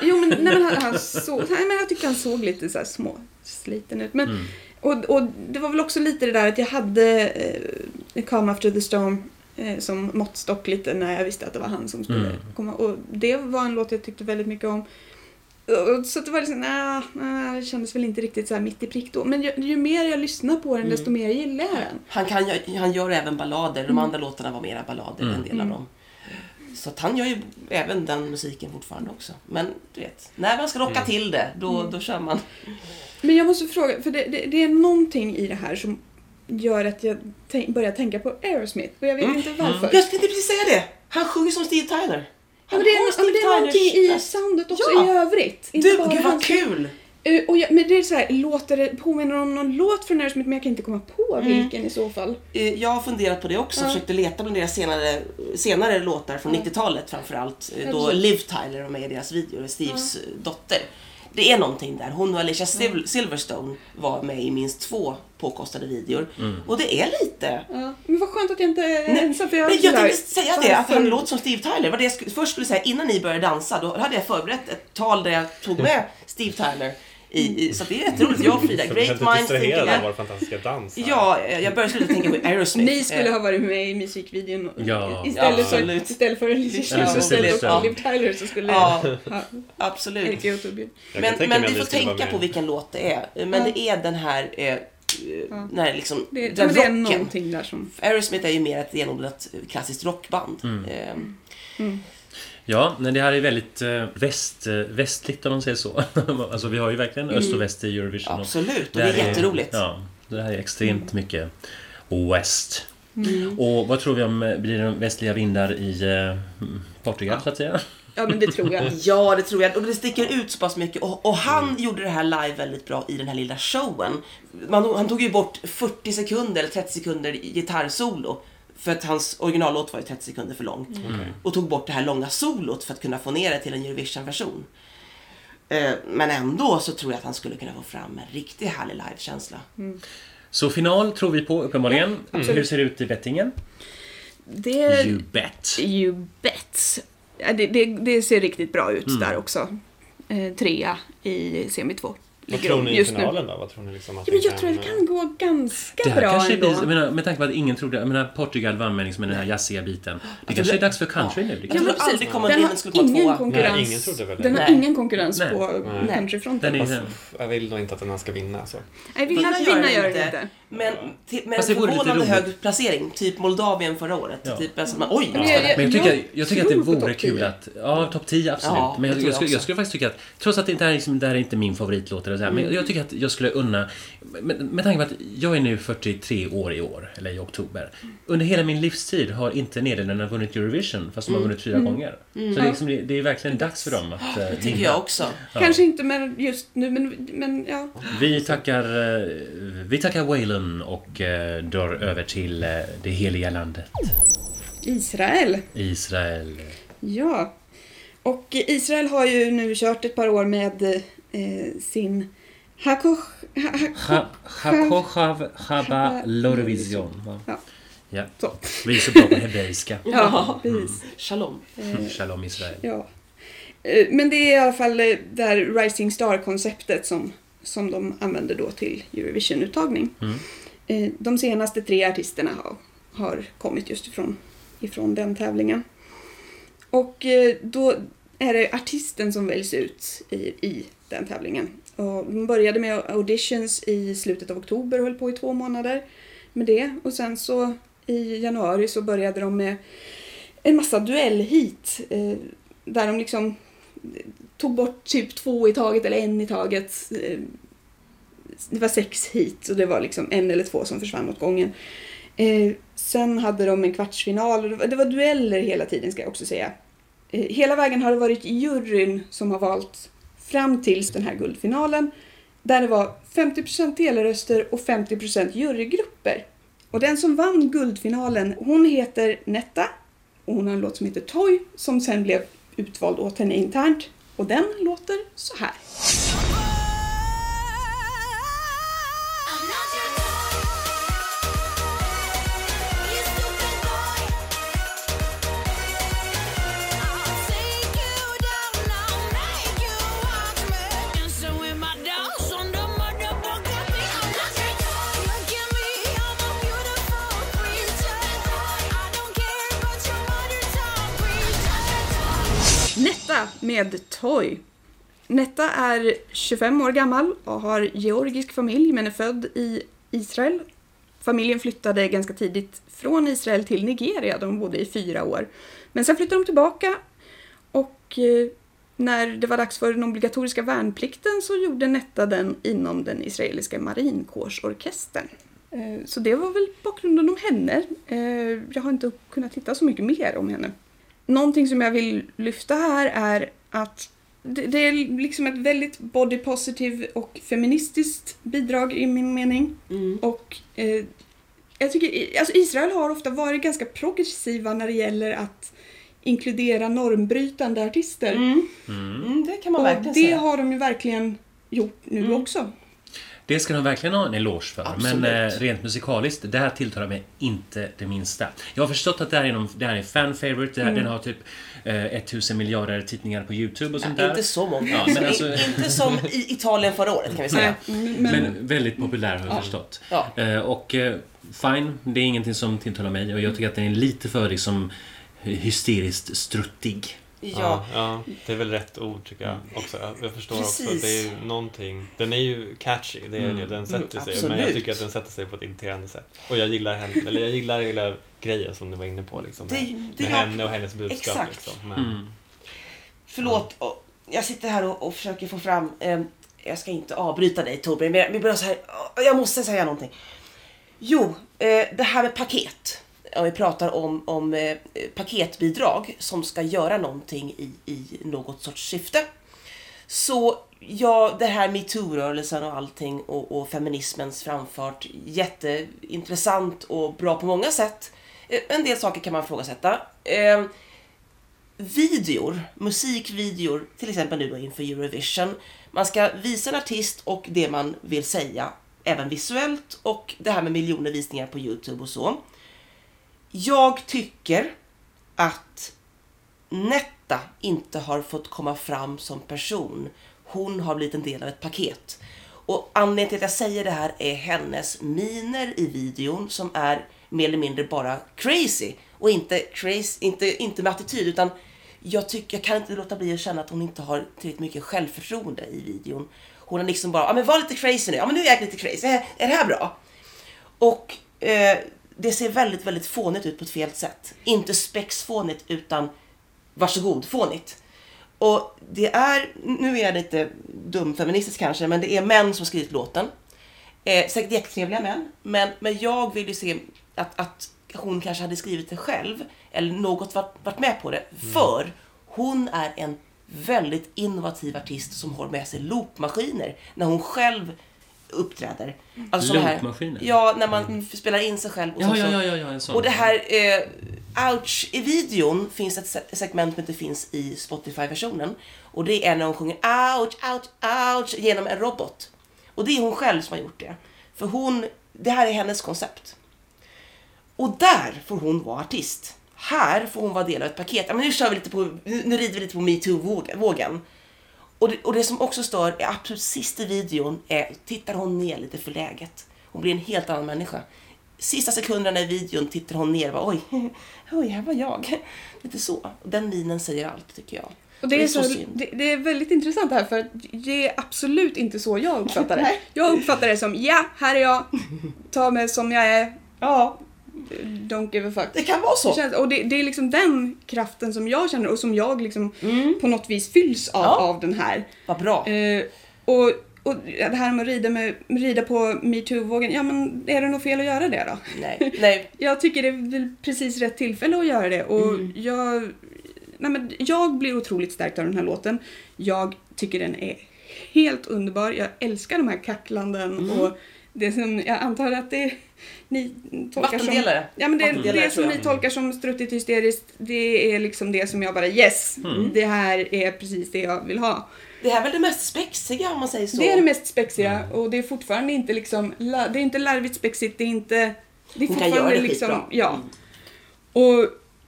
men jag tycker han såg lite så här småsliten ut. Men, och det var väl också lite det där att jag hade Calm After the Storm som måttstock lite när jag visste att det var han som skulle komma. Och det var en låt jag tyckte väldigt mycket om. Så det var liksom, det kändes väl inte riktigt så här mitt i prick då. Men ju mer jag lyssnar på den, desto mer gillar jag den. Han gör även ballader. De andra låtarna var mera ballader än en del av dem. Så att han gör ju även den musiken fortfarande också. Men du vet, när man ska rocka till det, då kör man. Men jag måste fråga, för det är någonting i det här som gör att jag börjar tänka på Aerosmith. Och jag vet inte varför. Jag skulle precis säga det. Han sjunger som Steve Tyler. Men det är någonting i soundet också i övrigt. Gud vad kul! Men det är så här, påminner om någon låt från Aerosmith, men jag kan inte komma på vilken i så fall. Jag har funderat på det också, försökte leta bland deras senare låtar från 90-talet framförallt, då Liv Tyler var med i deras video, Steves dotter. det är någonting där. Hon och Alicia Silverstone var med i minst 2 påkostade videor. Och det är lite... Ja. Men vad skönt att jag inte är ensam. För jag tänkte säga det, att han låter som Steve Tyler. Vad det jag först skulle säga innan ni började dansa, då hade jag förberett ett tal där jag tog med Steve Tyler. Så det är jätteroligt. Jag och Frida, great minds thinking. Av vår fantastiska dans. Ja, jag började sluta tänka på Aerosmith. Ni skulle ha varit med i musikvideon. Ja. Istället för Alicia Silverstone och Liv Tyler så skulle absolut. Erik och Torbjörn. Men vi får tänka på vilken låt det är. Men det är den här... när liksom, det den är någonting där som... Aerosmith är ju mer ett renodlat klassiskt rockband. Ja, men det här är väldigt västligt om man säger så. Alltså vi har ju verkligen öst och väst i Eurovision. Absolut, och det är jätteroligt. Ja, det här är extremt mycket west. Och vad tror vi om blir det västliga vindar i Portugal så att säga? Ja, men det tror jag. Ja, det tror jag. Och det sticker ut så pass mycket. Och han gjorde det här live väldigt bra i den här lilla showen. Han tog ju bort 40 sekunder eller 30 sekunder gitarrsolo. För att hans originallåt var ju 30 sekunder för lång. Och tog bort det här långa solot för att kunna få ner det till en Eurovision-version. Men ändå så tror jag att han skulle kunna få fram en riktigt härlig live-känsla. Så final tror vi på uppenbarligen. Hur ser det ut i bettingen? You bet. Ja, det ser riktigt bra ut där också. 3 i semi 2. Vad tror ni i finalen då? Vad tror ni liksom att men jag tror att det kan gå ganska det här bra kanske ändå. Blir, med tanke på att ingen trodde... Jag menar, Portugal vann med liksom den här jazziga biten. Det kanske är dags för country nu. Jag tror aldrig kommer den in har ingen konkurrens. Nej, ingen trodde väl det. Den har ingen konkurrens på countryfronten. Jag vill nog inte att den här ska vinna. Så. Nej, vinna gör det inte. Men förvånande hög placering. Typ Moldavien förra året. Ja. Typ, alltså, oj! Men jag tycker att det vore kul att... Ja, topp 10 absolut. Ja, men jag skulle faktiskt tycka att... Trots att det här är inte min favoritlåt eller så här, men jag tycker att jag skulle unna... Med tanke på att jag är nu 43 år i år, eller i oktober. Under hela min livstid har inte Nederländerna vunnit Eurovision, fast de har vunnit 4 gånger. Så det är verkligen dags för dem att det tycker jag också. Ja. Kanske inte men just nu, men ja. Vi tackar Waylon och drar över till det heliga landet. Israel. Ja. Och Israel har ju nu kört ett par år med sin L'Eurovision. Ja. Så. Vi är så bra på hebreiska. Ja, precis. Shalom. Shalom Israel. Ja. Men det är i alla fall det här Rising Star-konceptet som de använder då till Eurovision-uttagning. De senaste 3 artisterna har kommit just ifrån den tävlingen. Och då är det artisten som väljs ut i den tävlingen. Och de började med auditions i slutet av oktober och höll på i 2 månader med det. Och sen så i januari så började de med en massa duellhit där de liksom tog bort typ 2 i taget eller 1 i taget. Det var 6 hit och det var liksom 1 eller 2 som försvann åt gången. Sen hade de en kvartsfinal och det var dueller hela tiden ska jag också säga. Hela vägen har det varit juryn som har valt fram tills den här guldfinalen där det var 50% teleröster och 50% jurygrupper. Och den som vann guldfinalen, hon heter Netta och hon har en låt som heter Toy som sen blev utvald åt henne internt och den låter så här. Netta med Toy. Netta är 25 år gammal och har georgisk familj men är född i Israel. Familjen flyttade ganska tidigt från Israel till Nigeria där de bodde i 4 år. Men sen flyttade de tillbaka och när det var dags för den obligatoriska värnplikten så gjorde Netta den inom den israeliska marinkårsorkestern. Så det var väl bakgrunden om henne. Jag har inte kunnat hitta så mycket mer om henne. Någonting som jag vill lyfta här är att det är liksom ett väldigt body positive och feministiskt bidrag i min mening. Och jag tycker alltså Israel har ofta varit ganska progressiva när det gäller att inkludera normbrytande artister. Det kan man Och verkligen det säga. har de ju verkligen gjort nu också. Det ska de verkligen ha en eloge för. Absolut. Men rent musikaliskt, det här tilltalar mig inte det minsta. Jag har förstått att det här är fan favorite. Den har typ 1000 miljarder tittningar på YouTube och sånt där. Inte så många. Ja, men alltså, Inte som i Italien förra året kan vi säga. men väldigt populär har jag förstått. Ja. Och fine, det är ingenting som tilltalar mig. Och jag tycker att den är lite för liksom hysteriskt struttig. Ja. Det är väl rätt ord tycker jag också. Jag förstår Precis. också, det är ju någonting. Den är ju catchy, det är det, den sätter sig. Men jag tycker att den sätter sig på ett irriterande sätt. Och jag gillar henne, eller jag gillar hela grejen som du var inne på liksom. Med henne och hennes budskap Exakt. liksom. Men, Förlåt, jag sitter här och försöker få fram... jag ska inte avbryta dig Torbjörn, men vi börjar så här... Jag måste säga någonting. Jo, det här med paket. Ja, vi pratar om paketbidrag som ska göra någonting i något sorts syfte. Så ja, det här MeToo-rörelsen och allting och feminismens framfart, jätteintressant och bra på många sätt. En del saker kan man ifrågasätta. Musikvideor, till exempel nu då inför Eurovision. Man ska visa en artist och det man vill säga, även visuellt, och det här med miljoner visningar på YouTube och så. Jag tycker att Netta inte har fått komma fram som person. Hon har blivit en del av ett paket. Och anledningen till att jag säger det här är hennes miner i videon som är mer eller mindre bara crazy. Och inte med attityd, utan jag kan inte låta bli att känna att hon inte har tillräckligt mycket självförtroende i videon. Hon har liksom bara, men var lite crazy nu. Ja, men nu är jag lite crazy. Är det här bra? Och det ser väldigt, väldigt fånigt ut på ett fel sätt. Inte spexfånigt, utan varsågod, fånigt. Och det är, nu är jag lite dumfeministiskt kanske, men det är män som skrivit låten. Säkert jättetrevliga män. Men jag vill ju se att hon kanske hade skrivit det själv. Eller något varit med på det. För hon är en väldigt innovativ artist som har med sig loopmaskiner när hon själv uppträder. Alltså Loopmaskiner? Ja, när man spelar in sig själv. Och En sån. Och det här ouch i videon finns ett segment som inte finns i Spotify-versionen. Och det är när hon sjunger ouch, ouch, ouch genom en robot. Och det är hon själv som har gjort det. För det här är hennes koncept. Och där får hon vara artist. Här får hon vara del av ett paket. Ja, men nu rider vi lite på MeToo-vågen. Och det som också står är absolut sist i videon tittar hon ner lite för läget. Hon blir en helt annan människa. Sista sekunderna i videon tittar hon ner och bara, oj, här var jag. Lite så. Och den minen säger allt, tycker jag. Och det är väldigt intressant här, för att det är absolut inte så jag uppfattar det. Jag uppfattar det som, här är jag. Ta mig som jag är. Ja. Don't give a fuck. Det kan vara så. Och det är liksom den kraften som jag känner och som jag liksom på något vis fylls av den här. Vad bra. Och det här med att rida på MeToo-vågen, ja, men är det nog fel att göra det då? Nej. Jag tycker det är väl precis rätt tillfälle att göra det. Och jag blir otroligt stärkt av den här låten. Jag tycker den är helt underbar. Jag älskar de här kacklanden och det som jag antar att det ni tolkar vattendelare. Ja, men det som ni tolkar som struttigt hysteriskt, det är liksom det som jag bara det här är precis det jag vill ha. Det här är väl det mest spexiga, om man säger så. Det är det mest spexiga och det är fortfarande inte liksom, det är inte larvigt spexigt, det är fortfarande liksom, och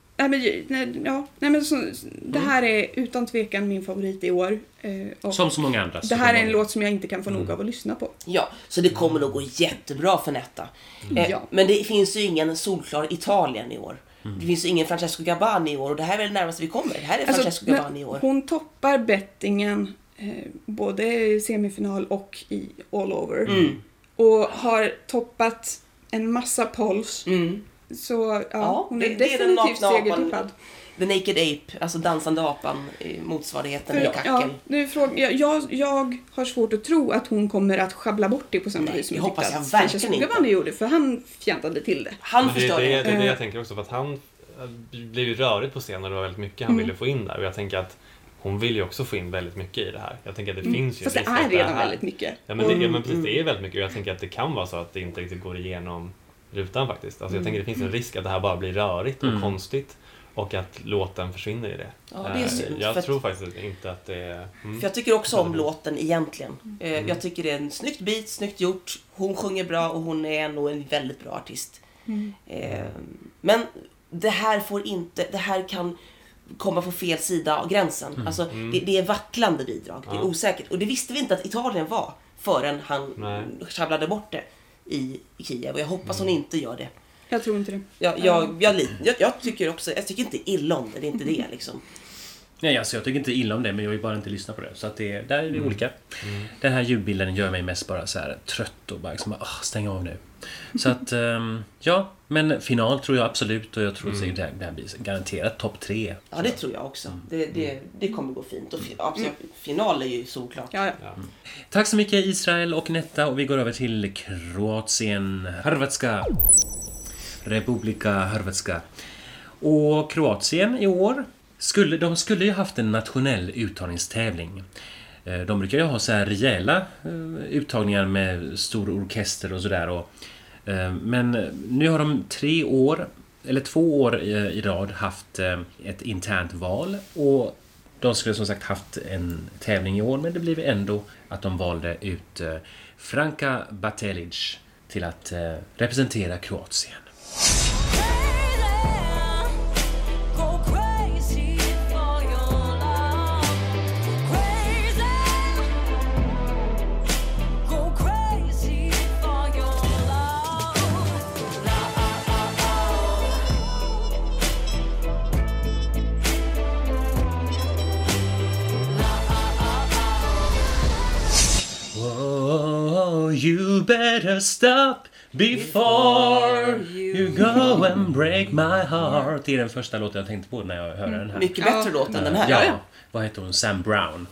det här är utan tvekan min favorit i år. Som så många andra. Det här är en låt som jag inte kan få nog av att lyssna på. Ja, så det kommer nog gå jättebra för Netta. Men det finns ju ingen solklar Italien i år. Det finns ju ingen Francesco Gabbani i år och det här är väl det närmaste vi kommer. Det här är Francesco Gabbani i år. Hon toppar bettingen både i semifinal och i all over. Och har toppat en massa polls. Så hon är definitivt segertippad. The Naked Ape, alltså dansande apan, motsvarigheten i kackel. Jag har svårt att tro att hon kommer att schabbla bort det på samma vis som jag hoppas tyckte att Francesco Gabbani gjorde, för han fjantade till det. Han förstörde det är det jag tänker också, för att han blev ju rörigt på scenen och det var väldigt mycket han ville få in där. Och jag tänker att hon vill ju också få in väldigt mycket i det här. Jag tänker att det finns ju... Fast det är redan väldigt mycket. Ja, men precis, det är väldigt mycket. Och jag tänker att det kan vara så att det inte riktigt går igenom rutan faktiskt. Alltså jag tänker att det finns en risk att det här bara blir rörigt och konstigt. och att låten försvinner i det. Ja, det är synd, jag tror faktiskt inte att det är... För jag tycker också om låten egentligen. Jag tycker det är en snyggt beat, snyggt gjort. Hon sjunger bra och hon är nog en väldigt bra artist. Men det här kan komma på fel sida av gränsen. Alltså, det är vacklande bidrag. Det är osäkert. Och det visste vi inte att Italien var förrän han sjabblade bort det i Kiev. Och jag hoppas hon inte gör det. Jag tror inte det. Jag tycker också, jag tycker inte illa om det är inte det liksom. Nej, alltså jag tycker inte illa om det, men jag vill bara inte lyssna på det. Så att där är det olika. Den här ljudbilden gör mig mest bara så här trött och bara liksom, stäng av nu. Så att, men final tror jag absolut, och jag tror att det här blir garanterat topp 3. Ja, det tror jag också. Det kommer gå fint. Och final är ju såklart. Ja. Tack så mycket Israel och Netta, och vi går över till Kroatien, Hrvatska, Republika Hrvatska. Och Kroatien i år skulle ju haft en nationell uttagningstävling. De brukar ju ha så här rejäla uttagningar med stor orkester och sådär. Men nu har de 2 år i rad haft ett internt val. Och de skulle som sagt haft en tävling i år, men det blev ändå att de valde ut Franka Batelic till att representera Kroatien. You better stop before you go and break my heart. Det är den första låten jag tänkte på när jag hörde den här. Mycket bättre låt än den här. Ja, vad heter hon? Sam Brown.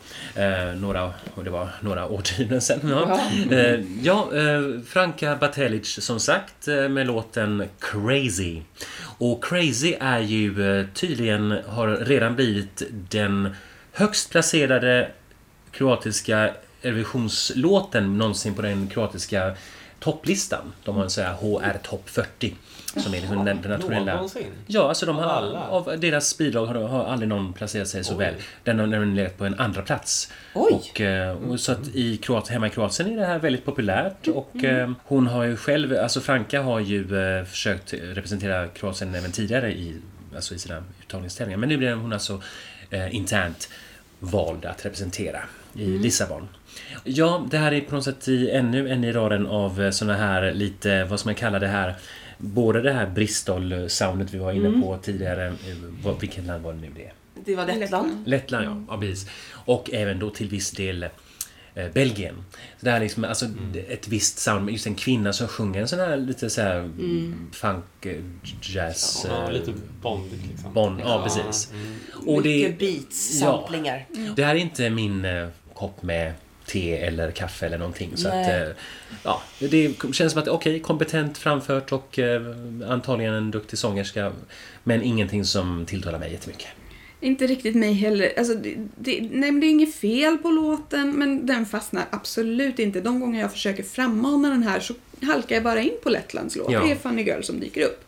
Det var några årtionden sedan. Franka Batelic som sagt med låten Crazy. Och Crazy är ju tydligen har redan blivit den högst placerade kroatiska Eurovisionslåten någonsin på den kroatiska topplistan. De har en sån här HR Top 40 som är liksom den nationella. Ja, alltså de har av deras bidrag har aldrig någon placerat sig så väl. Den har nämligen legat på en andra plats. Och så att hemma i Kroatien är det här väldigt populärt, och hon har ju själv, alltså Franka har ju försökt representera Kroatien även tidigare i sina uttagningstävlingar, men nu blir hon alltså internt vald att representera i Lissabon. Ja, det här är på något sätt ännu en i raden av såna här lite, vad ska man kalla det här, både det här Bristol-soundet vi var inne på tidigare, vilket land var det nu det? Det var Lettland. Lettland, ja, precis. Och även då till viss del Belgien. Så det här är liksom, alltså ett visst sound, just en kvinna som sjunger en sån här lite så här funk, jazz. Lite bondigt liksom. Ja, precis. Och mycket beats, samplingar. Ja, det här är inte min kopp med te eller kaffe eller någonting. Så att, det känns som att kompetent framfört och antagligen en duktig sångerska, men ingenting som tilltalar mig jättemycket. Inte riktigt mig heller. Alltså, det är inget fel på låten, men den fastnar absolut inte. De gånger jag försöker frammana den här så halkar jag bara in på Lettlands låt. Ja. Det är Funny Girl som dyker upp.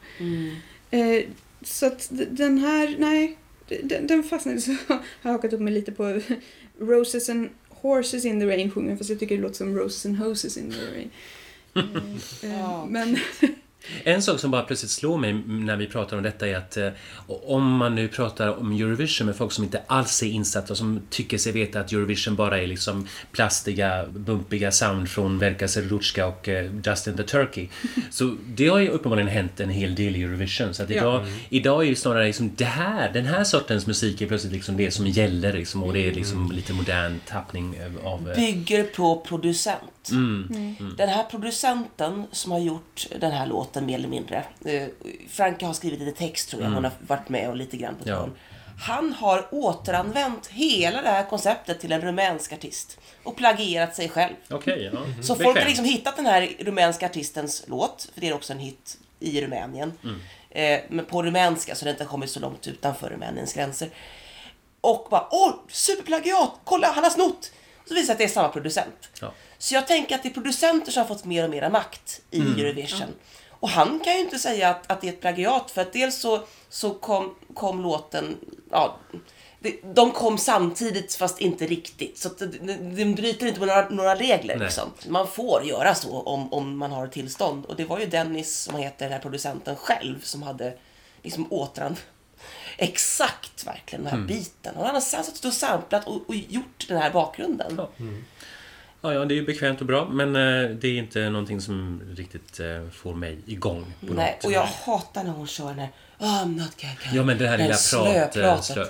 Så att den här, den fastnar. Så jag har hakat upp mig lite på Roses and Horses in the Rain sjunger, fast jag tycker det låter som Roses and Hoses in the Rain. Men... En sak som bara plötsligt slår mig när vi pratar om detta är att om man nu pratar om Eurovision med folk som inte alls är insatta och som tycker sig veta att Eurovision bara är liksom plastiga, bumpiga sound från Verka Serduchka och Justin the Turkey. Så det har ju uppenbarligen hänt en hel del i Eurovision. Så att idag är det snarare liksom den här sortens musik är plötsligt liksom det som gäller liksom, och det är liksom lite modern tappning av... Bygger på producent. Den här producenten som har gjort den här låten mer eller mindre, Franka har skrivit lite text tror jag, hon har varit med och lite grann på ton. Han har återanvänt hela det här konceptet till en rumänsk artist och plagierat sig själv. Så folk har liksom hittat den här rumänska artistens låt, för det är också en hit i Rumänien, men på rumänska, så det inte har kommit så långt utanför Rumäniens gränser, och bara, superplagiat, kolla, han har snott. Så visar att det är samma producent. Så jag tänker att det är producenter som har fått mer och mer makt i Eurovision. Och han kan ju inte säga att det är ett plagiat, för att dels så kom låten, ja, de kom samtidigt fast inte riktigt. Så de bryter inte på några regler. Liksom. Man får göra så om man har tillstånd. Och det var ju Dennis, som heter den här producenten själv, som hade liksom exakt verkligen den här biten. Och han har satt och samplat och gjort den här bakgrunden. Ja. Ja, det är ju bekvämt och bra, men det är inte någonting som riktigt får mig igång på Nej, något. och jag hatar när hon kör den här I'm not gaga. Ja, men det här lilla pratet.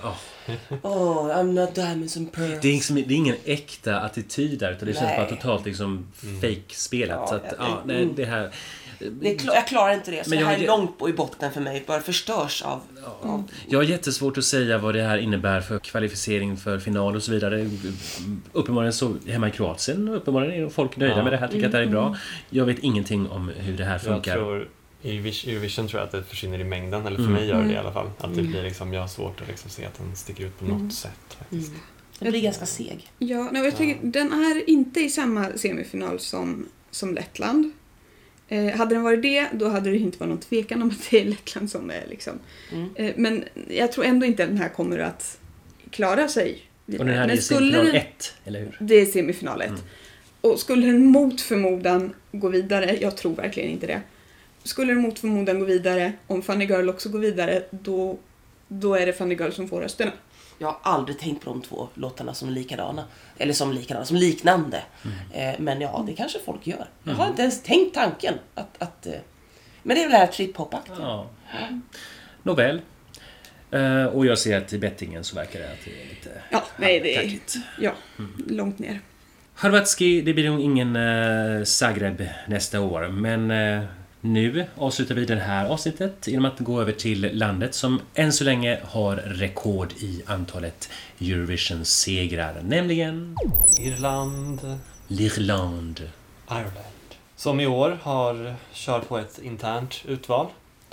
I'm not diamonds and pearls. Det är ingen äkta attityd där, utan det känns bara totalt liksom fake-spelat. Ja, så att, det här... Jag klarar inte det, så men det här är långt i botten för mig. Bara förstörs av... Jag har jättesvårt att säga vad det här innebär för kvalificering för final och så vidare. Uppenbarligen så hemma i Kroatien, uppenbarligen är folk nöjda med det här, tycker att det här är bra. Jag vet ingenting om hur det här funkar. Jag tror i Eurovision tror jag att det försvinner i mängden, eller för mig gör det i alla fall. Att det blir liksom, jag har svårt att liksom se att den sticker ut på något sätt faktiskt. Den blir ganska seg. Ja, jag tycker den är inte i samma semifinal som Lettland. Hade den varit det, då hade det inte varit någon tvekan om att det är Lettland som är liksom. Men jag tror ändå inte att den här kommer att klara sig. Och den här är semifinal 1, eller hur? Det är semifinal 1. Och skulle den mot förmodan gå vidare, jag tror verkligen inte det. Skulle den mot förmodan gå vidare, om Funny Girl också går vidare, då är det Funny Girl som får rösterna. Jag har aldrig tänkt på de två låtarna som likadana. Eller som liknande. Men ja, det kanske folk gör. Jag har inte ens tänkt tanken att men det är väl det här trip-hop-aktiga. Ja. Nåväl. Och jag ser att i bettingen så verkar det att det är lite... Ja, nej, det är långt ner. Hrvatski, det blir nog ingen Zagreb nästa år. Men nu avslutar vi det här avsnittet genom att gå över till landet som än så länge har rekord i antalet Eurovision-segrar, nämligen Irland. Irland. Som i år kör på ett internt utval.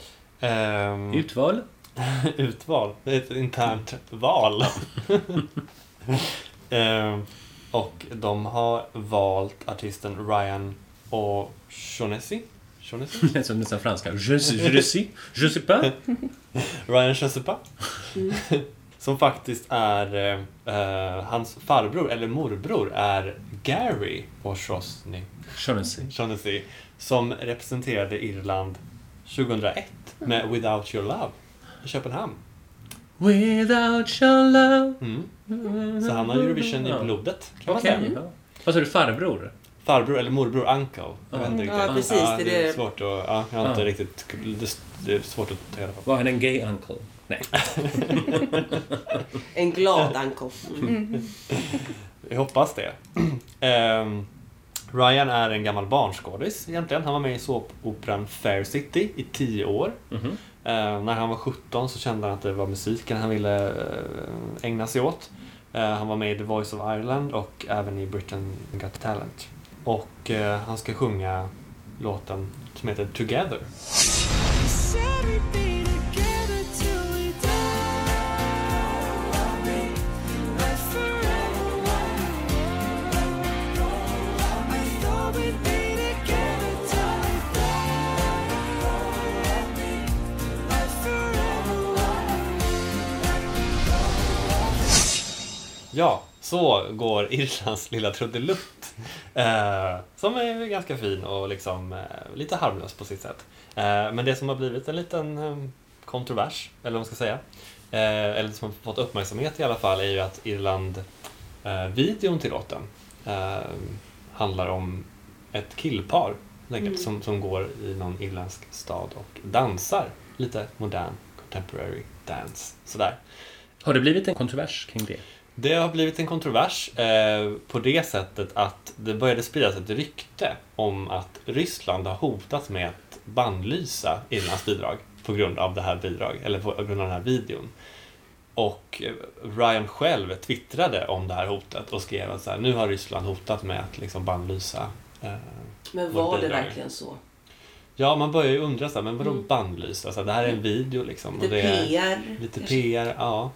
Utval? Utval. Det är ett internt val. Och de har valt artisten Ryan O'Shaughnessy. Som nästan franska. Je sais pas. Ryan O'Shaughnessy. Som faktiskt är hans farbror eller morbror är Gary O'Shaughnessy, som representerade Irland 2001 med Without Your Love i Köpenhamn. Without your love. Så han har Eurovision i blodet, kan man säga. Vad sa du, farbror? Farbror eller morbror, uncle. Jag vet inte riktigt. Ja, precis. Det är svårt att... Ja, jag har inte riktigt... Det är svårt att ta reda på. Var han en gay uncle? Nej. En glad uncle. Jag hoppas det. Ryan är en gammal barnskådis egentligen. Han var med i såpoperan Fair City i 10 år. När han var 17 så kände han att det var musiken han ville ägna sig åt. Han var med i The Voice of Ireland och även i Britain Got Talent. Och han ska sjunga låten som heter Together. Ja, så går Irlands lilla trudelutt. Som är ganska fin och liksom lite harmlös på sitt sätt. Men det som har blivit en liten kontrovers, eller vad man ska säga, eller som har fått uppmärksamhet i alla fall, är ju att Irland videon till låten handlar om ett killpar som går i någon irländsk stad och dansar lite modern contemporary dance. Sådär. Har det blivit en kontrovers kring det? Det har blivit en kontrovers på det sättet att det började spridas ett rykte om att Ryssland har hotat med att bannlysa Irlands bidrag på grund av det här bidraget, eller på grund av den här videon. Och Ryan själv twittrade om det här hotet och skrev att så här, nu har Ryssland hotat med att liksom bannlysa men var det verkligen så? Ja, man börjar ju undra så här, men vadå bannlysa? Alltså, det här är en video liksom. Lite och det är PR. Lite PR, ja.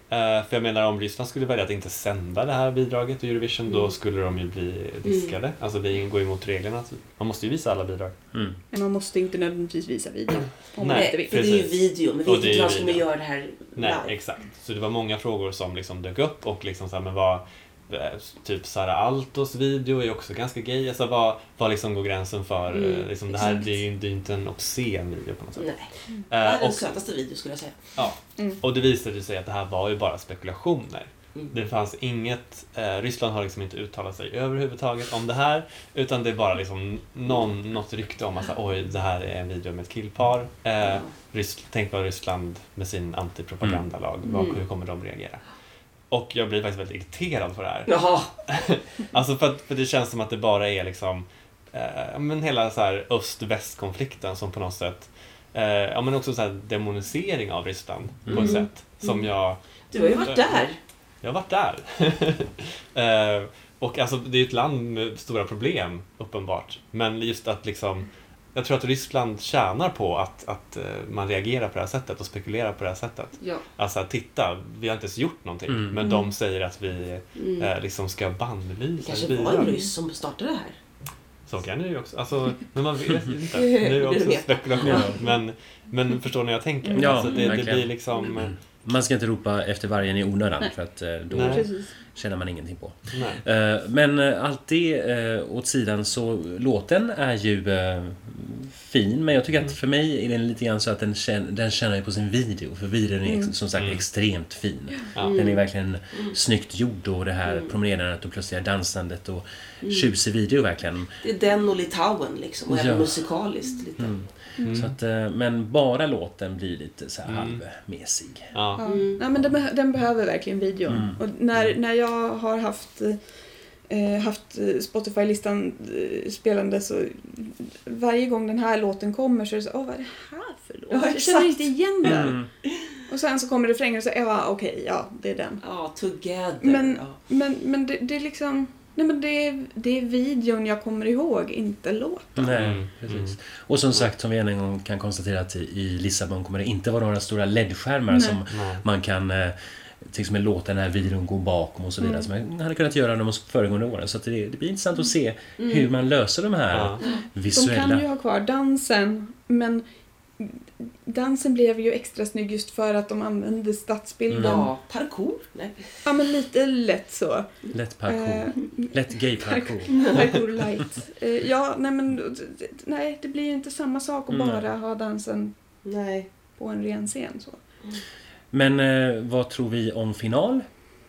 För jag menar, om Ryssland skulle välja att inte sända det här bidraget i Eurovision, då skulle de ju bli diskade. Alltså det går emot reglerna. Man måste ju visa alla bidrag. Men man måste inte nödvändigtvis visa video. Om man Nej, inte vill. För det är ju video, men vi vet inte vad som video. gör det här Nej, live. exakt. Så det var många frågor som liksom dök upp och liksom så här, men vad typ Sara Altos video är också ganska gay. Alltså vad liksom går gränsen för liksom det här, det är ju inte en obscen video på något sätt. Nej. Det är den Och, sötaste video skulle jag säga. ja, och det visade sig att det här var ju bara spekulationer. Det fanns inget, Ryssland har liksom inte uttalat sig överhuvudtaget om det här, utan det är bara liksom något rykte om att oj, det här är en video med ett killpar. Tänk på Ryssland med sin antipropagandalag, hur kommer de reagera? Och jag blir faktiskt väldigt irriterad på det här. Jaha. Alltså för det känns som att det bara är liksom men hela så här öst-väst-konflikten som på något sätt ja, men också så här demonisering av Ryssland på ett sätt som jag... Du har ju varit där. Jag har varit där. Och alltså det är ett land med stora problem uppenbart, men just att liksom jag tror att Ryssland tjänar på att man reagerar på det här sättet och spekulerar på det här sättet. Ja. Alltså titta, vi har inte ens gjort någonting, men de säger att vi liksom ska bannlysa. Kanske var en ryss som startade det här. Så kan det ju också. Alltså, men man vet inte. Det är ju också spekulation. Men förstår ni vad jag tänker? Ja, alltså, det blir liksom... Man ska inte ropa efter vargen i onödan, för att då Nej. känner man ingenting på. Nej. Men allt det åt sidan, så låten är ju fin, men jag tycker att för mig är den lite grann så att den känner ju på sin video, för videon är som sagt extremt fin. Den är verkligen snyggt gjord, och det här promenerandet och plötsliga dansandet och tjusig video verkligen. Det är den och Litauen liksom, och även musikaliskt lite. Så att, men bara låten blir lite så här halvmesig. Ja. Ja, men den behöver verkligen videon. Och när jag har haft Spotify-listan spelande, så varje gång den här låten kommer så är det så, vad är det här för låt? Ja, jag känner inte igen den. Och sen så kommer refrängen och så, okej, det är den. Ja, Together. Men det är liksom... Nej, men det är videon jag kommer ihåg, inte låten. Nej, precis. Och som sagt, som vi en gång kan konstatera, att i Lissabon kommer det inte vara några stora LED-skärmar som man kan, till exempel låta den här videon gå bakom och så vidare, som man hade kunnat göra de föregående åren. Så att det blir intressant att se hur man löser de här visuella... De kan ju ha kvar dansen, men dansen blev ju extra snygg just för att de använde stadsbilden. Ja, parkour. Nej. Ja, men lite lätt så. Lätt parkour. Lätt gay parkour. Parkour light. Nej, det blir ju inte samma sak att bara ha dansen på en ren scen. Så. Men vad tror vi om final?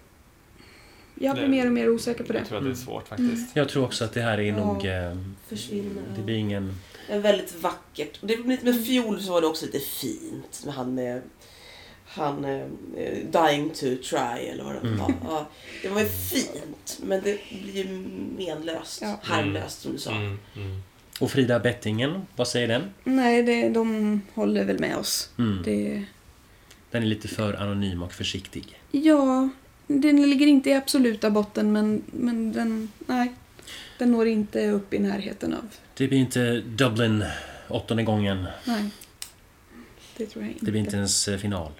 Jag blir mer och mer osäker på det. Jag tror att det är svårt faktiskt. Jag tror också att det här är nog... Försvinner. Det blir ingen... Det är väldigt vackert. Och det är lite med fiol, så var det också lite fint. Han dying to try, eller vad det var. Ja, det var ju fint, men det blir ju menlöst. Harmlöst, som du sa. Och Frida Bettingen, vad säger den? Nej, de håller väl med oss. Den är lite för anonym och försiktig. Ja, den ligger inte i absoluta botten, men den når inte upp i närheten av. Det blir inte Dublin 8:e gången. Nej, det tror jag inte. Det blir inte ens final.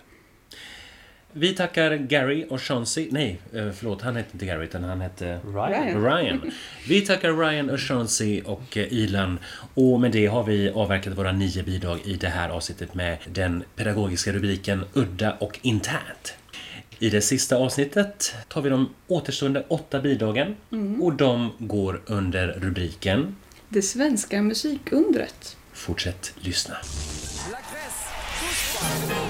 Vi tackar Gary och Chauncey. Nej, förlåt, han hette inte Gary, utan han hette Ryan. Vi tackar Ryan och Chauncey och Ilan. Och med det har vi avverkat våra 9 bidrag i det här avsnittet med den pedagogiska rubriken Udda och internt. I det sista avsnittet tar vi de återstående 8 bidragen, och de går under rubriken Det svenska musikundret. Fortsätt lyssna. La Grèce, touche pas.